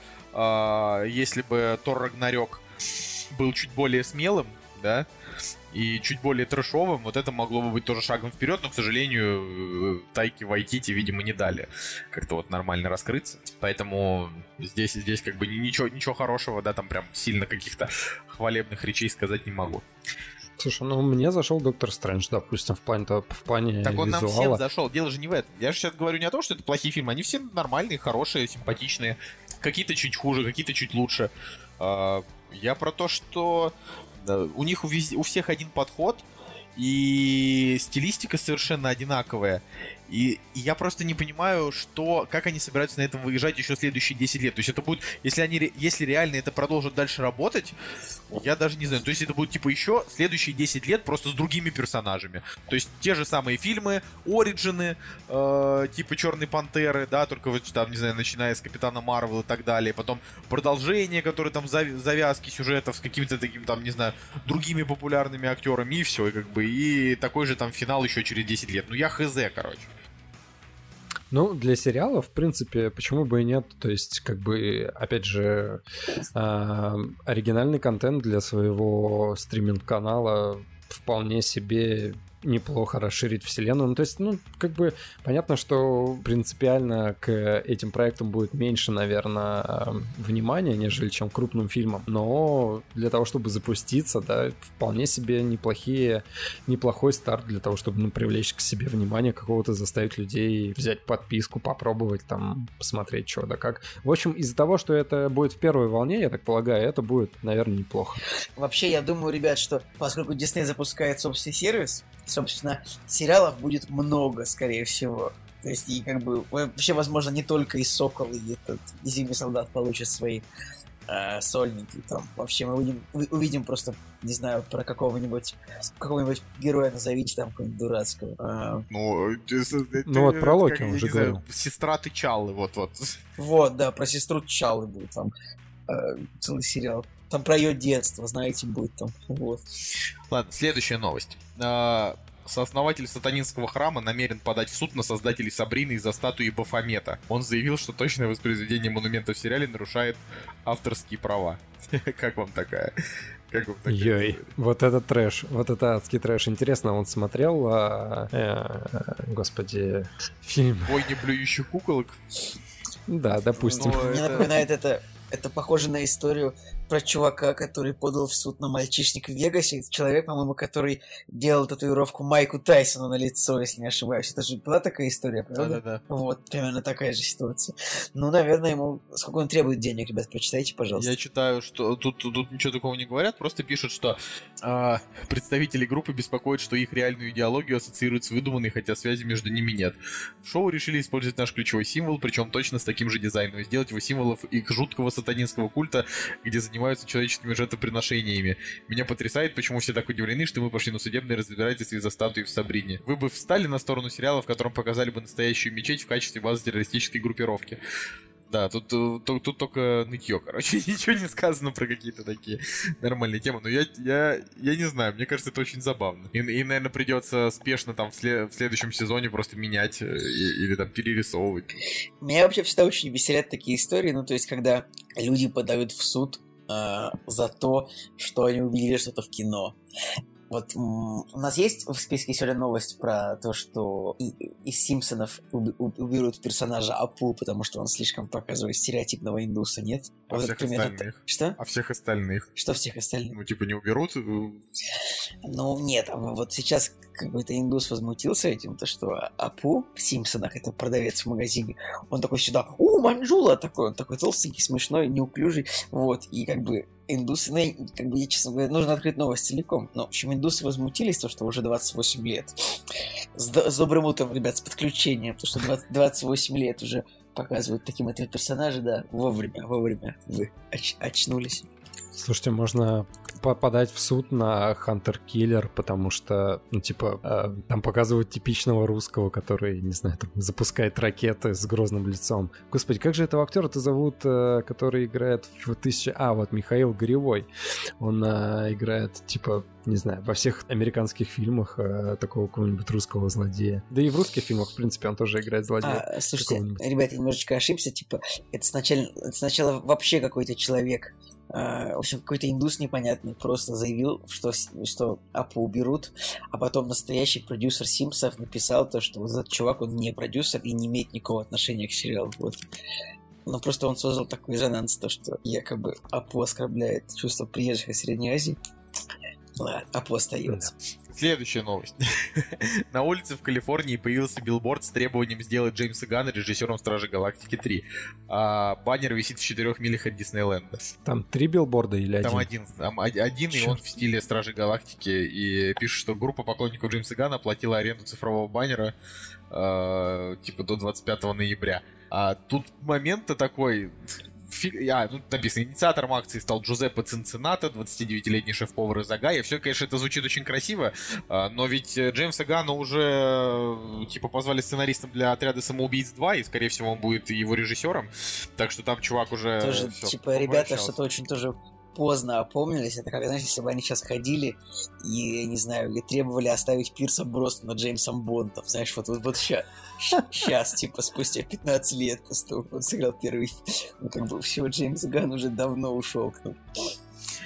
э, если бы Тор Рагнарёк был чуть более смелым, да, и чуть более трэшовым, вот это могло бы быть тоже шагом вперед, но, к сожалению, Тайки Вайтити, видимо, не дали как-то вот нормально раскрыться. Поэтому здесь, здесь как бы ничего, ничего хорошего, да, там прям сильно каких-то хвалебных речей сказать не могу. Слушай, ну мне зашел Доктор Стрэндж, допустим, в плане, в плане так он визуала. нам всем зашел, дело же не в этом. Я же сейчас говорю не о том, что это плохие фильмы, они все нормальные, хорошие, симпатичные. Какие-то чуть хуже, какие-то чуть лучше. Я про то, что у них у, вез... у всех один подход, и стилистика совершенно одинаковая. И, и я просто не понимаю, что, как они собираются на этом выезжать еще следующие десять лет. То есть это будет, если они, если реально это продолжит дальше работать, я даже не знаю. То есть это будет типа еще следующие десять лет просто с другими персонажами. То есть те же самые фильмы, Ориджины, э, типа Черной Пантеры, да, только вот там, не знаю, начиная с Капитана Марвел и так далее. Потом продолжение, которые там завязки сюжетов с какими-то такими там, не знаю, другими популярными актерами, и все, и как бы, и такой же там финал еще через десять лет. Ну я хз, короче. Ну, для сериала, в принципе, почему бы и нет? То есть, как бы, опять же, э, оригинальный контент для своего стриминг-канала вполне себе неплохо расширить вселенную. Ну, то есть, ну, как бы понятно, что принципиально к этим проектам будет меньше, наверное, внимания, нежели чем крупным фильмам. Но для того, чтобы запуститься, да, вполне себе неплохие, неплохой старт для того, чтобы, ну, привлечь к себе внимание какого-то, заставить людей взять подписку, попробовать там, посмотреть, что да как. В общем, из-за того, что это будет в первой волне, я так полагаю, это будет, наверное, неплохо. Вообще, я думаю, ребят, что поскольку Disney запускает собственный сервис, собственно, сериалов будет много, скорее всего. То есть, и как бы вообще, возможно, не только и Сокол, и этот и Зимний солдат получат свои э, сольники. Там вообще мы увидим, увидим просто, не знаю, про какого-нибудь какого-нибудь героя назовите там какого-нибудь дурацкого. А... Ну, это, ну вот про Локи как, он уже знаю, говорил. Сестра Тычаллы, вот-вот. Вот, да, про сестру Тычаллы будет там э, целый сериал. Там про ее детство, знаете, будет там. Вот. Ладно, следующая новость. Сооснователь сатанинского храма намерен подать в суд на создателей Сабрины из-за статуи Бафомета. Он заявил, что точное воспроизведение монумента в сериале нарушает авторские права. Как вам такая? Как вам такая? Йой, вот это трэш, вот это адский трэш. Интересно, он смотрел, а, э, господи, фильм... «Бойня блюющих куколок»? Да, допустим. Ну, мне напоминает это... Это похоже на историю про чувака, который подал в суд на мальчишник в Вегасе. Это человек, по-моему, который делал татуировку Майку Тайсону на лицо, если не ошибаюсь. Это же была такая история, правда? Да-да-да. Вот, примерно такая же ситуация. Ну, наверное, ему... Сколько он требует денег, ребят, прочитайте, пожалуйста. Я читаю, что тут, тут ничего такого не говорят, просто пишут, что э, представители группы беспокоят, что их реальную идеологию ассоциируют с выдуманной, хотя связи между ними нет. В шоу решили использовать наш ключевой символ, причем точно с таким же дизайном, и сделать его символов их жуткого сатанинского культа, где занимаются человеческими жертвоприношениями. Меня потрясает, почему все так удивлены, что мы пошли на судебное разбирательство из-за статуи в Сабрине. Вы бы встали на сторону сериала, в котором показали бы настоящую мечеть в качестве базы террористической группировки. Да, тут, тут, тут только нытье, короче, ничего не сказано про какие-то такие нормальные темы, но я, я, я не знаю, мне кажется, это очень забавно. И, и наверное, придется спешно там в, след, в следующем сезоне просто менять и, или там перерисовывать. Меня вообще всегда очень веселят такие истории, ну, то есть, когда люди подают в суд э, за то, что они увидели что-то в кино. Вот м- у нас есть в списке сегодня новость про то, что и- из Симпсонов уб- уб- уберут персонажа Апу, потому что он слишком показывает стереотипного индуса, нет? А вот всех примерно остальных? так. Что? А всех остальных? Что всех остальных? Ну, типа, не уберут? Ну, нет, а вот сейчас какой-то индус возмутился этим, то что Апу в Симпсонах, это продавец в магазине, он такой сюда, у, Манжула, такой, он такой толстенький, смешной, неуклюжий, вот, и как бы индусы, ну, как бы, я, честно говоря, нужно открыть новость целиком, но, в общем, индусы возмутились, то, что уже двадцать восемь лет. С, с добрым утром, ребят, с подключением, потому что двадцать, двадцать восемь лет уже показывают таким этого персонажа, да, вовремя, вовремя вы оч- очнулись. Слушайте, можно попадать в суд на Хантер Киллер, потому что, ну, типа, э, там показывают типичного русского, который, не знаю, там, запускает ракеты с грозным лицом. Господи, как же этого актера-то зовут, э, который играет в тысяче... А, вот, Михаил Горевой. Он э, играет, типа, не знаю, во всех американских фильмах э, такого какого-нибудь русского злодея. Да и в русских фильмах, в принципе, он тоже играет злодея. А, слушайте, ребят, я немножечко ошибся, типа, это сначала, это сначала вообще какой-то человек, Uh, в общем, какой-то индус непонятный просто заявил, что, что Апу уберут, а потом настоящий продюсер Симпсонов написал то, что вот этот чувак, он не продюсер и не имеет никакого отношения к сериалу. Вот. Но просто он создал такой резонанс, то, что якобы Апу оскорбляет чувства приезжих из Средней Азии. Ладно, Апу остается. Следующая новость. На улице в Калифорнии появился билборд с требованием сделать Джеймса Ганна режиссером Стражей Галактики три. А баннер висит в четырех милях от Диснейленда. Там три билборда или один? Там один. Там один, и он в стиле Стражей Галактики. И пишет, что группа поклонников Джеймса Ганна оплатила аренду цифрового баннера э, типа до двадцать пятого ноября. А тут момент-то такой... Фиг... А, тут написано, инициатором акции стал Джузеппе Цинциннато, двадцатидевятилетний шеф-повар из Огайо. Все, конечно, это звучит очень красиво, но ведь Джеймса Ганна уже, типа, позвали сценаристом для «Отряда самоубийц два», и, скорее всего, он будет его режиссером. Так что там чувак уже... Тоже, всё, типа, ребята что-то очень тоже поздно опомнились. Это как, знаешь, если бы они сейчас ходили и, я не знаю, и требовали оставить Пирса Броснана Джеймсом Бондом. Знаешь, вот, вот, вот сейчас, сейчас, типа, спустя пятнадцать лет просто он сыграл первый... Ну, как бы, все, Джеймс Ганн уже давно ушел к нам. Да.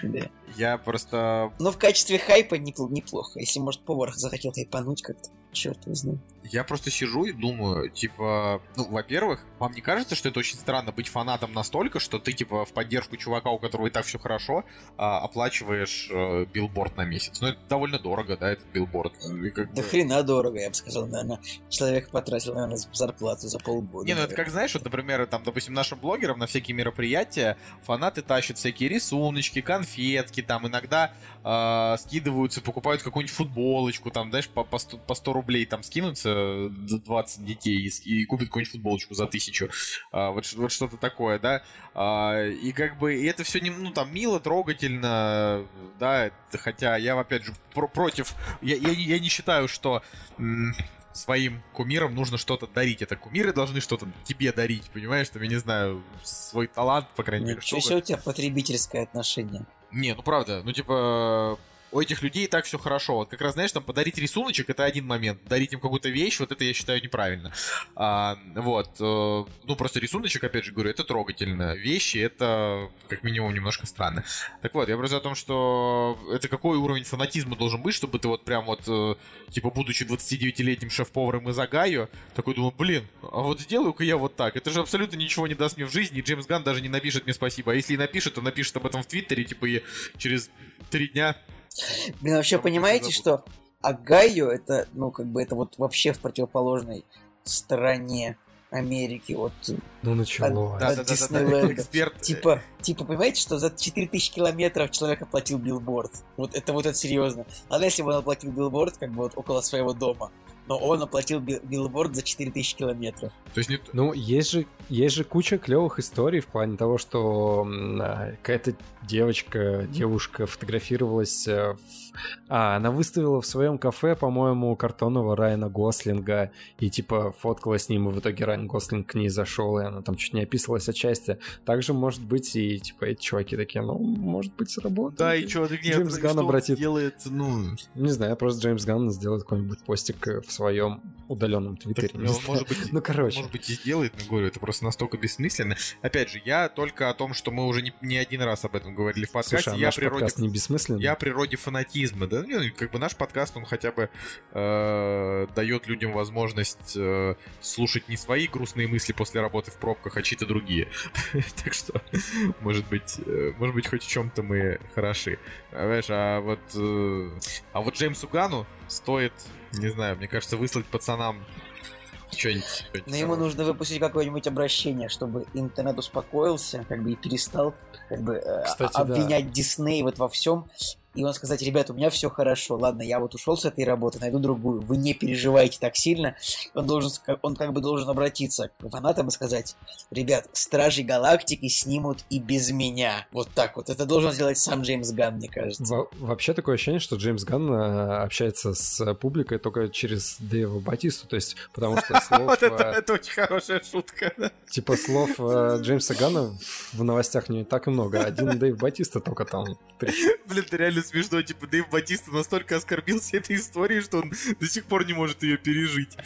Я просто... Ну, в качестве хайпа непл- неплохо. Если, может, повар захотел хайпануть как-то. Черт его знает. Я просто сижу и думаю, типа, ну, во-первых, вам не кажется, что это очень странно быть фанатом настолько, что ты, типа, в поддержку чувака, у которого и так все хорошо, а, оплачиваешь э, билборд на месяц? Ну, это довольно дорого, да, этот билборд. И как Да бы... хрена дорого, я бы сказал, наверное. Человек потратил, наверное, зарплату за полгода. Не, ну это наверное. как, знаешь, вот, например, там, допустим, нашим блогерам на всякие мероприятия фанаты тащат всякие рисуночки, конфетки, там иногда э, скидываются, покупают какую-нибудь футболочку, там, знаешь, по, по, сто, по сто рублей там скинутся двадцать детей и, и купят какую-нибудь футболочку за тысячу. А, вот, вот что-то такое, да. А, и как бы и это все, не, ну, там, мило, трогательно, да, хотя я, опять же, про- против... Я, я, я не считаю, что... М- своим кумирам нужно что-то дарить. Это кумиры должны что-то тебе дарить, понимаешь? Там, я не знаю, свой талант, по крайней мере. Ничего себе у тебя потребительское отношение. Не, ну правда, ну типа... У этих людей и так все хорошо. Вот как раз, знаешь, там подарить рисуночек — это один момент. Дарить им какую-то вещь, вот это я считаю неправильно. А, вот. Э, ну, просто рисуночек, опять же говорю, это трогательно. Вещи — это, как минимум, немножко странно. Так вот, я просто о том, что это какой уровень фанатизма должен быть, чтобы ты вот прям вот, э, типа, будучи двадцатидевятилетним шеф-поваром из Огайо, такой думал, блин, а вот сделаю-ка я вот так. Это же абсолютно ничего не даст мне в жизни, и Джеймс Ганн даже не напишет мне спасибо. А если и напишет, то напишет об этом в Твиттере, типа, и через три дня... Блин, вообще понимаете, что Огайо это, ну, как бы это вот вообще в противоположной стороне Америки, вот. Ну, началось. Да, от да, да, да, Диснейленда. эксперт. Типа, типа, понимаете, что за четыре тысячи километров человек оплатил билборд? Вот это вот это серьезно. Ладно, если бы он оплатил билборд, как бы вот около своего дома, но он оплатил бил- билборд за четыре тысячи километров. То есть не... Ну, есть же, есть же куча клевых историй в плане того, что м, а, какая-то девочка, девушка фотографировалась... э, в- А, она выставила в своем кафе, по-моему, картонного Райана Гослинга, и типа фоткала с ним, и в итоге Райан Гослинг к ней зашел, и она там чуть не описывалась от счастья. Также может быть и типа эти чуваки такие, ну, может быть, сработает. Да, и что, так нет, Джеймс и Ганн что он обратит. делает, ну... Не знаю, просто Джеймс Ганн сделает какой-нибудь постик э, в своем удаленном твиттере. Так, не ну, знаю. может быть, Ну, короче. может быть, и сделает, но говорю, это просто настолько бессмысленно. Опять же, я только о том, что мы уже не, не один раз об этом говорили в подкасте. Слушай, а я наш природе... подкаст не бессмысленный? Я о природе фанатизма, да, ну, как бы наш подкаст, он хотя бы э, дает людям возможность э, слушать не свои грустные мысли после работы в пробках, а чьи-то другие. Так что, может быть, э, может быть, хоть в чем-то мы хороши. Понимаешь, а вот, э, а вот Джеймсу Ганну стоит, не знаю, мне кажется, выслать пацанам что-нибудь. Но ему нужно выпустить какое-нибудь обращение, чтобы интернет успокоился, как бы и перестал как бы э, Кстати, обвинять Дисней вот во всем. И он сказать, ребята, у меня все хорошо, ладно, я вот ушел с этой работы, найду другую, вы не переживайте так сильно. Он должен, он как бы должен обратиться к фанатам и сказать, ребят, Стражи Галактики снимут и без меня. Вот так вот. Это должен сделать сам Джеймс Ганн, мне кажется. Во- вообще такое ощущение, что Джеймс Ганн э, общается с публикой только через Дэйва Батисту, то есть потому что слов... Вот это, э, это очень хорошая шутка. да. Типа слов э, Джеймса Ганна в новостях не так и много. Один Дэйв Батиста только там три. Блин, это реально смешно. Типа, Дэйв Батиста настолько оскорбился этой историей, что он до сих пор не может ее пережить.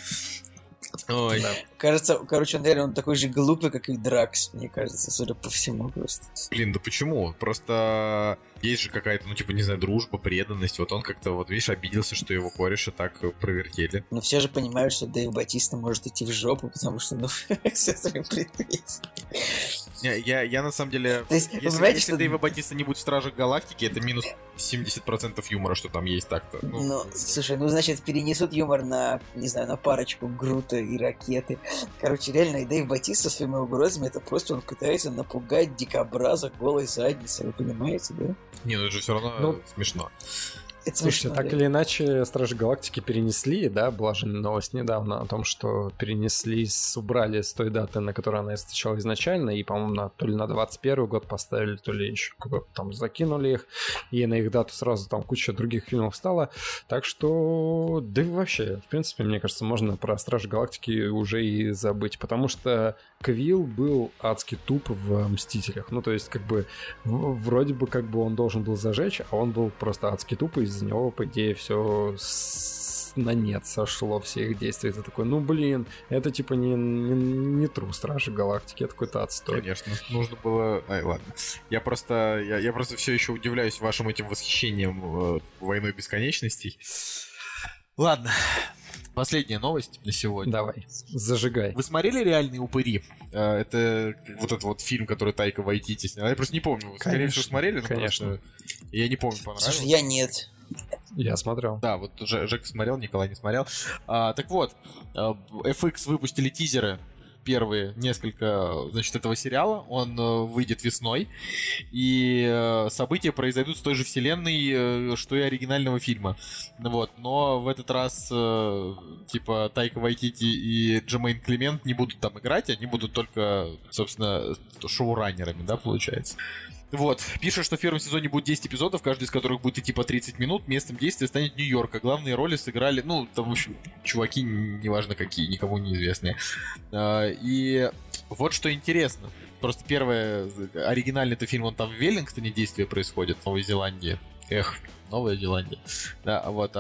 Ой. Кажется, короче, он реально он такой же глупый, как и Дракс, мне кажется, судя по всему просто. Блин, да почему? Просто есть же какая-то, ну, типа, не знаю, дружба, преданность. Вот он как-то, вот, видишь, обиделся, что его кореша так провертели. Но все же понимают, что Дэйв Батиста может идти в жопу, потому что, ну, все свои претензии. Я, я, я на самом деле... То есть, вы Если, понимаете, если что... Дэйва Батиста не будет в Стражах Галактики, это минус семьдесят процентов юмора, что там есть так-то. Ну, Ну, слушай, ну, значит, перенесут юмор на, не знаю, на парочку Грута и Ракеты. Короче, реально, и Дэйв Батиста со своими угрозами, это просто он пытается напугать дикобраза голой задницей, вы понимаете, да? не, ну это же все равно Ну, смешно. Это Слушайте, смешно, так да. или иначе, Стражи Галактики перенесли, да, была же новость недавно о том, что перенесли, с- убрали с той даты, на которой она встречала изначально, и, по-моему, на, то ли на двадцать первый год поставили, то ли еще куда-то там закинули их, и на их дату сразу там куча других фильмов стала, так что, да и вообще, в принципе, мне кажется, можно про Стражи Галактики уже и забыть, потому что Квилл был адски туп в Мстителях, ну, то есть, как бы, в- вроде бы, как бы он должен был зажечь, а он был просто адски туп, и из-за него, по идее, все на нет сошло все их действия. Ты такой, ну блин, это типа не, не, не тру Стражи Галактики, это какой-то отстой. Конечно, нужно было... Ай, ладно. Я просто, я, я просто все еще удивляюсь вашим этим восхищением э, войной бесконечностей. Ладно. Последняя новость на сегодня. Давай, зажигай. Вы смотрели «Реальные упыри»? Это вот этот вот фильм, который Тайка Вайтити снял. Я просто не помню. Вы, скорее всего, смотрели? Конечно. Я не помню, понравилось. Слушай, я нет. Я смотрел. Да, вот Жека смотрел, Николай не смотрел. А, так вот, эф икс выпустили тизеры. Первые несколько, значит, этого сериала. Он э, выйдет весной. И э, события произойдут с той же вселенной, э, что и оригинального фильма. Вот. Но в этот раз, э, типа, Тайка Вайтити и Джермейн Клемент не будут там играть. Они будут только, собственно, шоураннерами, да, получается. Вот, пишут, что в первом сезоне будет десять эпизодов, каждый из которых будет идти по тридцать минут. Местом действия станет Нью-Йорк, а главные роли сыграли, ну, там, в общем, чуваки, неважно какие, никому неизвестные. И вот что интересно. Просто первое, оригинальный это фильм, он там в Веллингтоне действие происходит, в Новой Зеландии. Эх, Новая Зеландия. Да, вот,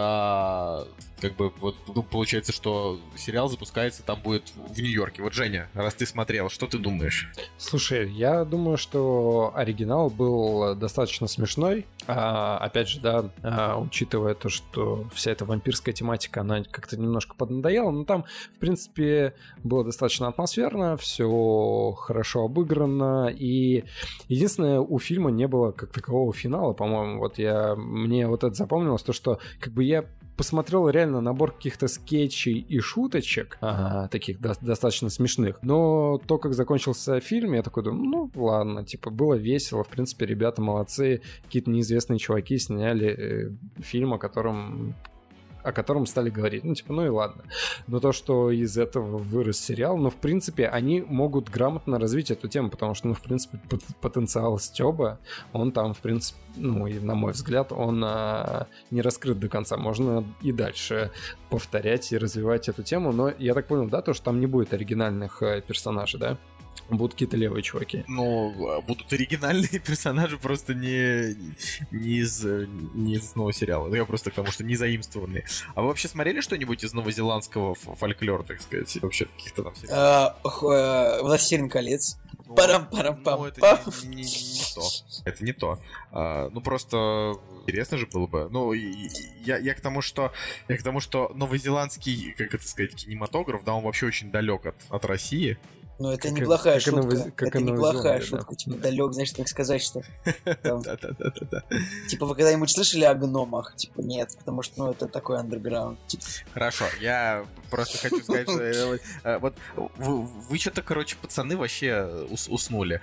а как бы вот ну, получается, что сериал запускается, там будет в Нью-Йорке. Вот, Женя, раз ты смотрел, что ты думаешь? Слушай, я думаю, что оригинал был достаточно смешной. А, опять же, да, а, учитывая то, что вся эта вампирская тематика, она как-то немножко поднадоела, но там, в принципе, было достаточно атмосферно, все хорошо обыграно, и единственное, у фильма не было как такового финала, по-моему. Вот я, мне вот это запомнилось, то, что как бы я посмотрел реально набор каких-то скетчей и шуточек, ага, таких до- достаточно смешных, но то, как закончился фильм, я такой думаю, ну ладно, типа было весело, в принципе, ребята молодцы, какие-то неизвестные чуваки сняли э, фильм, о котором о котором стали говорить. Ну, типа, ну и ладно. Но то, что из этого вырос сериал, ну, в принципе, они могут грамотно развить эту тему, потому что, ну, в принципе, потенциал Стёба, он там, в принципе, ну, и на мой взгляд, он а, не раскрыт до конца. Можно и дальше повторять и развивать эту тему, но я так понял, да, то, что там не будет оригинальных а, персонажей, да? Будут какие-то левые чуваки. Ну, будут оригинальные персонажи, просто не, не, из, не из нового сериала. Я просто потому что не заимствованные. А вы вообще смотрели что-нибудь из новозеландского фольклора, так сказать? Вообще каких-то там сериалов? «Властелин колец». Парам-парам-пам. Ну, это не, не, не то. Это не то. А, ну, просто интересно же было бы. Ну, и, я, я к тому, что я к тому, что новозеландский, как это сказать, кинематограф, да, он вообще очень далек от, от России. Ну, это как, неплохая как шутка. Новоз... Как это неплохая Зеландия, шутка. Да. Типа, далек, знаешь, так сказать, что... Да-да-да-да-да. Типа, вы когда-нибудь слышали о гномах? Типа, нет, потому что, ну, это такой андерграунд. Хорошо, я просто хочу сказать, что вот вы что-то, короче, пацаны, вообще уснули.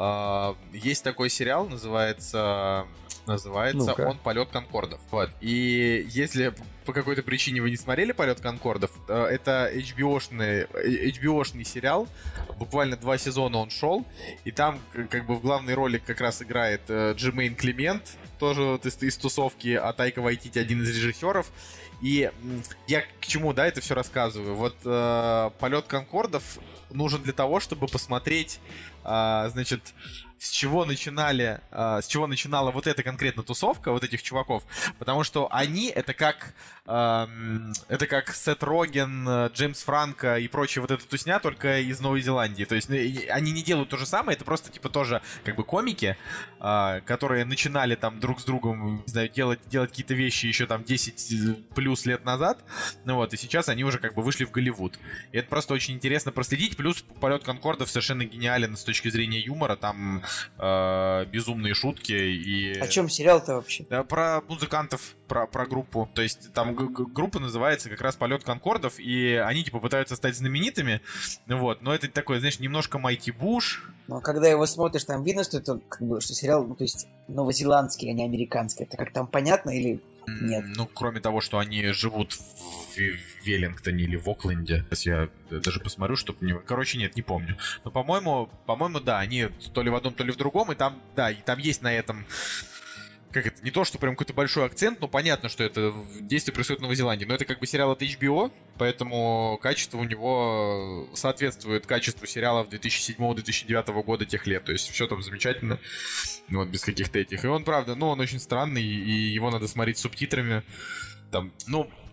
Есть такой сериал, называется... Называется Ну-ка. он «Полет Конкордов». Вот. И если по какой-то причине вы не смотрели «Полет Конкордов», это эйч би о-шный, эйч би о-шный сериал. Буквально два сезона он шел. И там как бы в главной роли как раз играет Джермейн Клемент, тоже вот из, из тусовки, а Тайка Вайтити один из режиссеров. И я к чему, да, это все рассказываю. Вот э, «Полет Конкордов» нужен для того, чтобы посмотреть, э, значит, с чего начинали, э, с чего начинала вот эта конкретно тусовка, вот этих чуваков, потому что они, это как, э, это как Сет Роген, Джеймс Франко и прочая вот эта тусня, только из Новой Зеландии. То есть они не делают то же самое, это просто типа тоже как бы комики, э, которые начинали там друг с другом, не знаю, делать, делать какие-то вещи еще там десять плюс лет назад, ну вот, и сейчас они уже как бы вышли в Голливуд. И это просто очень интересно проследить, плюс «Полет Конкордов» совершенно гениален с точки зрения юмора, там э, безумные шутки и... О чем сериал-то вообще? Да, про музыкантов, про, про группу. То есть там г- г- группа называется как раз «Полет Конкордов», и они типа пытаются стать знаменитыми, вот, но это такой, знаешь, немножко Майти Буш. Но когда его смотришь, там видно, что это как бы, что сериал, ну, то есть новозеландский, а не американский. Это как там понятно или нет? Ну, кроме того, что они живут в, в Веллингтоне или в Окленде. Сейчас я даже посмотрю, чтобы не... Короче, нет, не помню. Но, по-моему, по-моему, да, они то ли в одном, то ли в другом, и там, да, и там есть на этом... Как это? Не то, что прям какой-то большой акцент, но понятно, что это действие происходит в Новой Зеландии. Но это как бы сериал от эйч би о, поэтому качество у него соответствует качеству сериалов две тысячи седьмого - две тысячи девятого года тех лет. То есть все там замечательно, ну, вот без каких-то этих. И он, правда, ну, он очень странный, и его надо смотреть с субтитрами. Там, ну,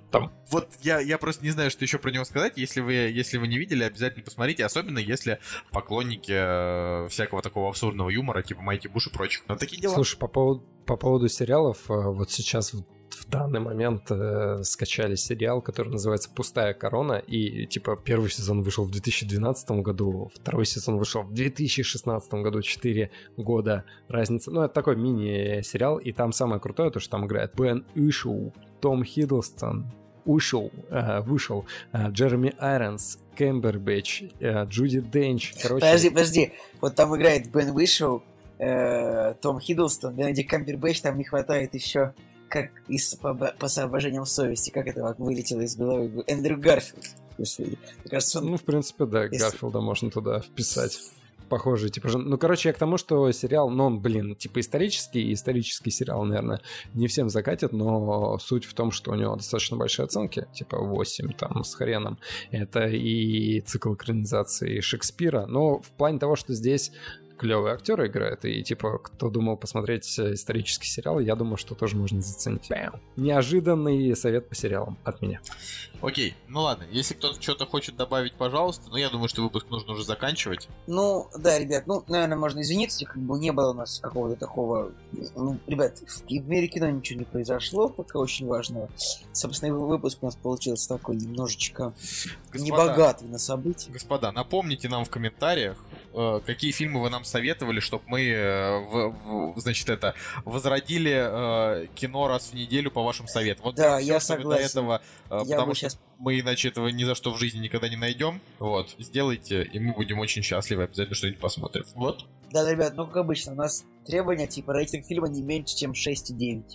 там. Вот я, я просто не знаю, что еще про него сказать. Если вы, если вы не видели, обязательно посмотрите. Особенно если поклонники э, всякого такого абсурдного юмора, типа Майти Буш и прочих. Но такие дела. Слушай, по поводу, по поводу сериалов, э, вот сейчас в, в данный момент э, скачали сериал, который называется «Пустая корона». И типа первый сезон вышел в две тысячи двенадцатом году, второй сезон вышел в две тысячи шестнадцатом году. четыре года разница. Ну, это такой мини-сериал. И там самое крутое, то, что там играет Бен Ишоу, Том Хиддлстон, Ушел, э, вышел, э, Джереми Айронс, Кэмбербэтч, э, Джуди Денч. Короче... Подожди, подожди. Вот там играет Бен Вишоу, э, Том Хиддлстон, Бенедикт Камбербэтч, там не хватает еще, как из, по, по соображениям совести, как это вылетело из головы, Эндрю Гарфилд. Мне кажется, он... Ну, в принципе, да, Если... Гарфилда можно туда вписать. Похожий, типа же. Ну, короче, я к тому, что сериал, ну, он, блин, типа исторический, исторический сериал, наверное, не всем закатит, но суть в том, что у него достаточно большие оценки, типа восемь там с хреном. Это и цикл экранизации Шекспира, но в плане того, что здесь клевые актеры играют, и, типа, кто думал посмотреть исторический сериал, я думаю, что тоже можно заценить. Бам. Неожиданный совет по сериалам от меня. Окей, ну ладно, если кто-то что-то хочет добавить, пожалуйста, но я думаю, что выпуск нужно уже заканчивать. Ну, да, ребят, ну, наверное, можно извиниться, как бы не было у нас какого-то такого... Ну, ребят, в, в мире кино ничего не произошло, пока очень важного. Собственно, выпуск у нас получился такой немножечко Господа, небогатый на события. Господа, напомните нам в комментариях, э, какие фильмы вы нам советовали, чтобы мы, э, в, в, значит, это, возродили э, кино раз в неделю по вашим советам. Вот да, всё, я что согласен. До этого, э, я потому что сейчас... мы иначе этого ни за что в жизни никогда не найдем. Вот, сделайте, и мы будем очень счастливы, обязательно что-нибудь посмотрим. Вот. Да, ребят, ну как обычно, у нас требования, типа, рейтинг фильма не меньше, чем шесть и девять.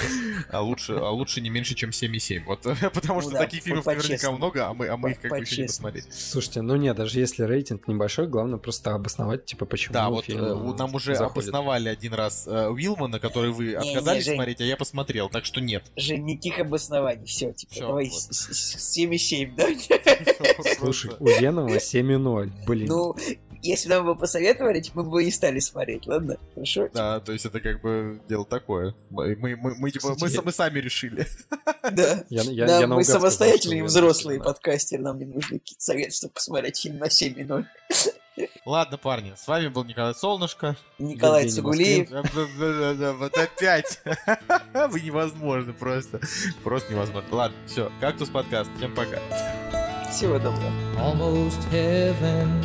А лучше, а лучше не меньше, чем семь и семь. Вот, потому что да, таких фильмов наверняка по-честному. много, а мы, а мы их как бы еще не По-честному. посмотрели. Слушайте, ну нет, даже если рейтинг небольшой, главное просто обосновать, типа, почему Да, вот фильм э, нам уже заходит. обосновали один раз э, Уилмана, который вы Не, отказались не, Жень. смотреть, а я посмотрел, так что нет. Жень, никаких обоснований, все, типа, Всё, давай вот. с- с- семь и семь, да? Слушай, у Венома семь и ноль, блин. Ну, если нам бы посоветовали, типа, мы бы не стали смотреть, ладно? Хорошо? Да, то есть это как бы дело такое. Мы, мы, мы, мы, типа, мы, с- мы сами решили. Да. Я, я, Да, я мы наугад сказал, самостоятельные что взрослые Веном, да. подкастеры, нам не нужны какие-то советы, чтобы посмотреть фильм на семь и ноль. Ладно, парни, с вами был Николай Солнышко. Николай Евгений Цугулиев. Да-да-да-да, вот опять. Вы невозможно просто. Просто невозможно. Ладно, все. Кактус подкаст. Всем пока. Всего доброго. Almost heaven,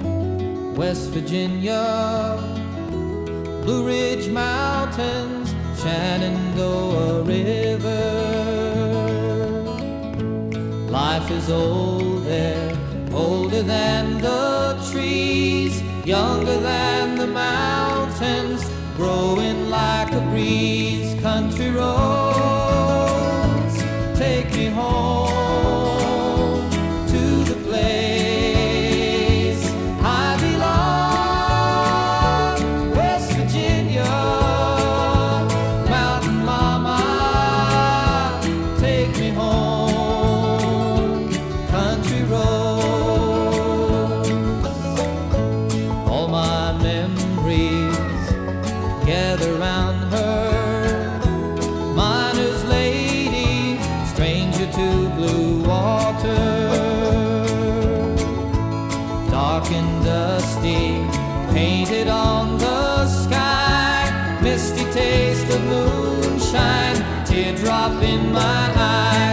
West Virginia, Blue Ridge Mountains, Shenandoah River. Life is old there, older than the trees, younger than the mountains, growing like a breeze. Country roads, take me home to the place I belong. West Virginia, Mountain Mama, take me home. Country roads, all my memories gather round her. Miner's lady, stranger to blue water, dark and dusty, painted on the sky, misty taste of moonshine, teardrop in my eye.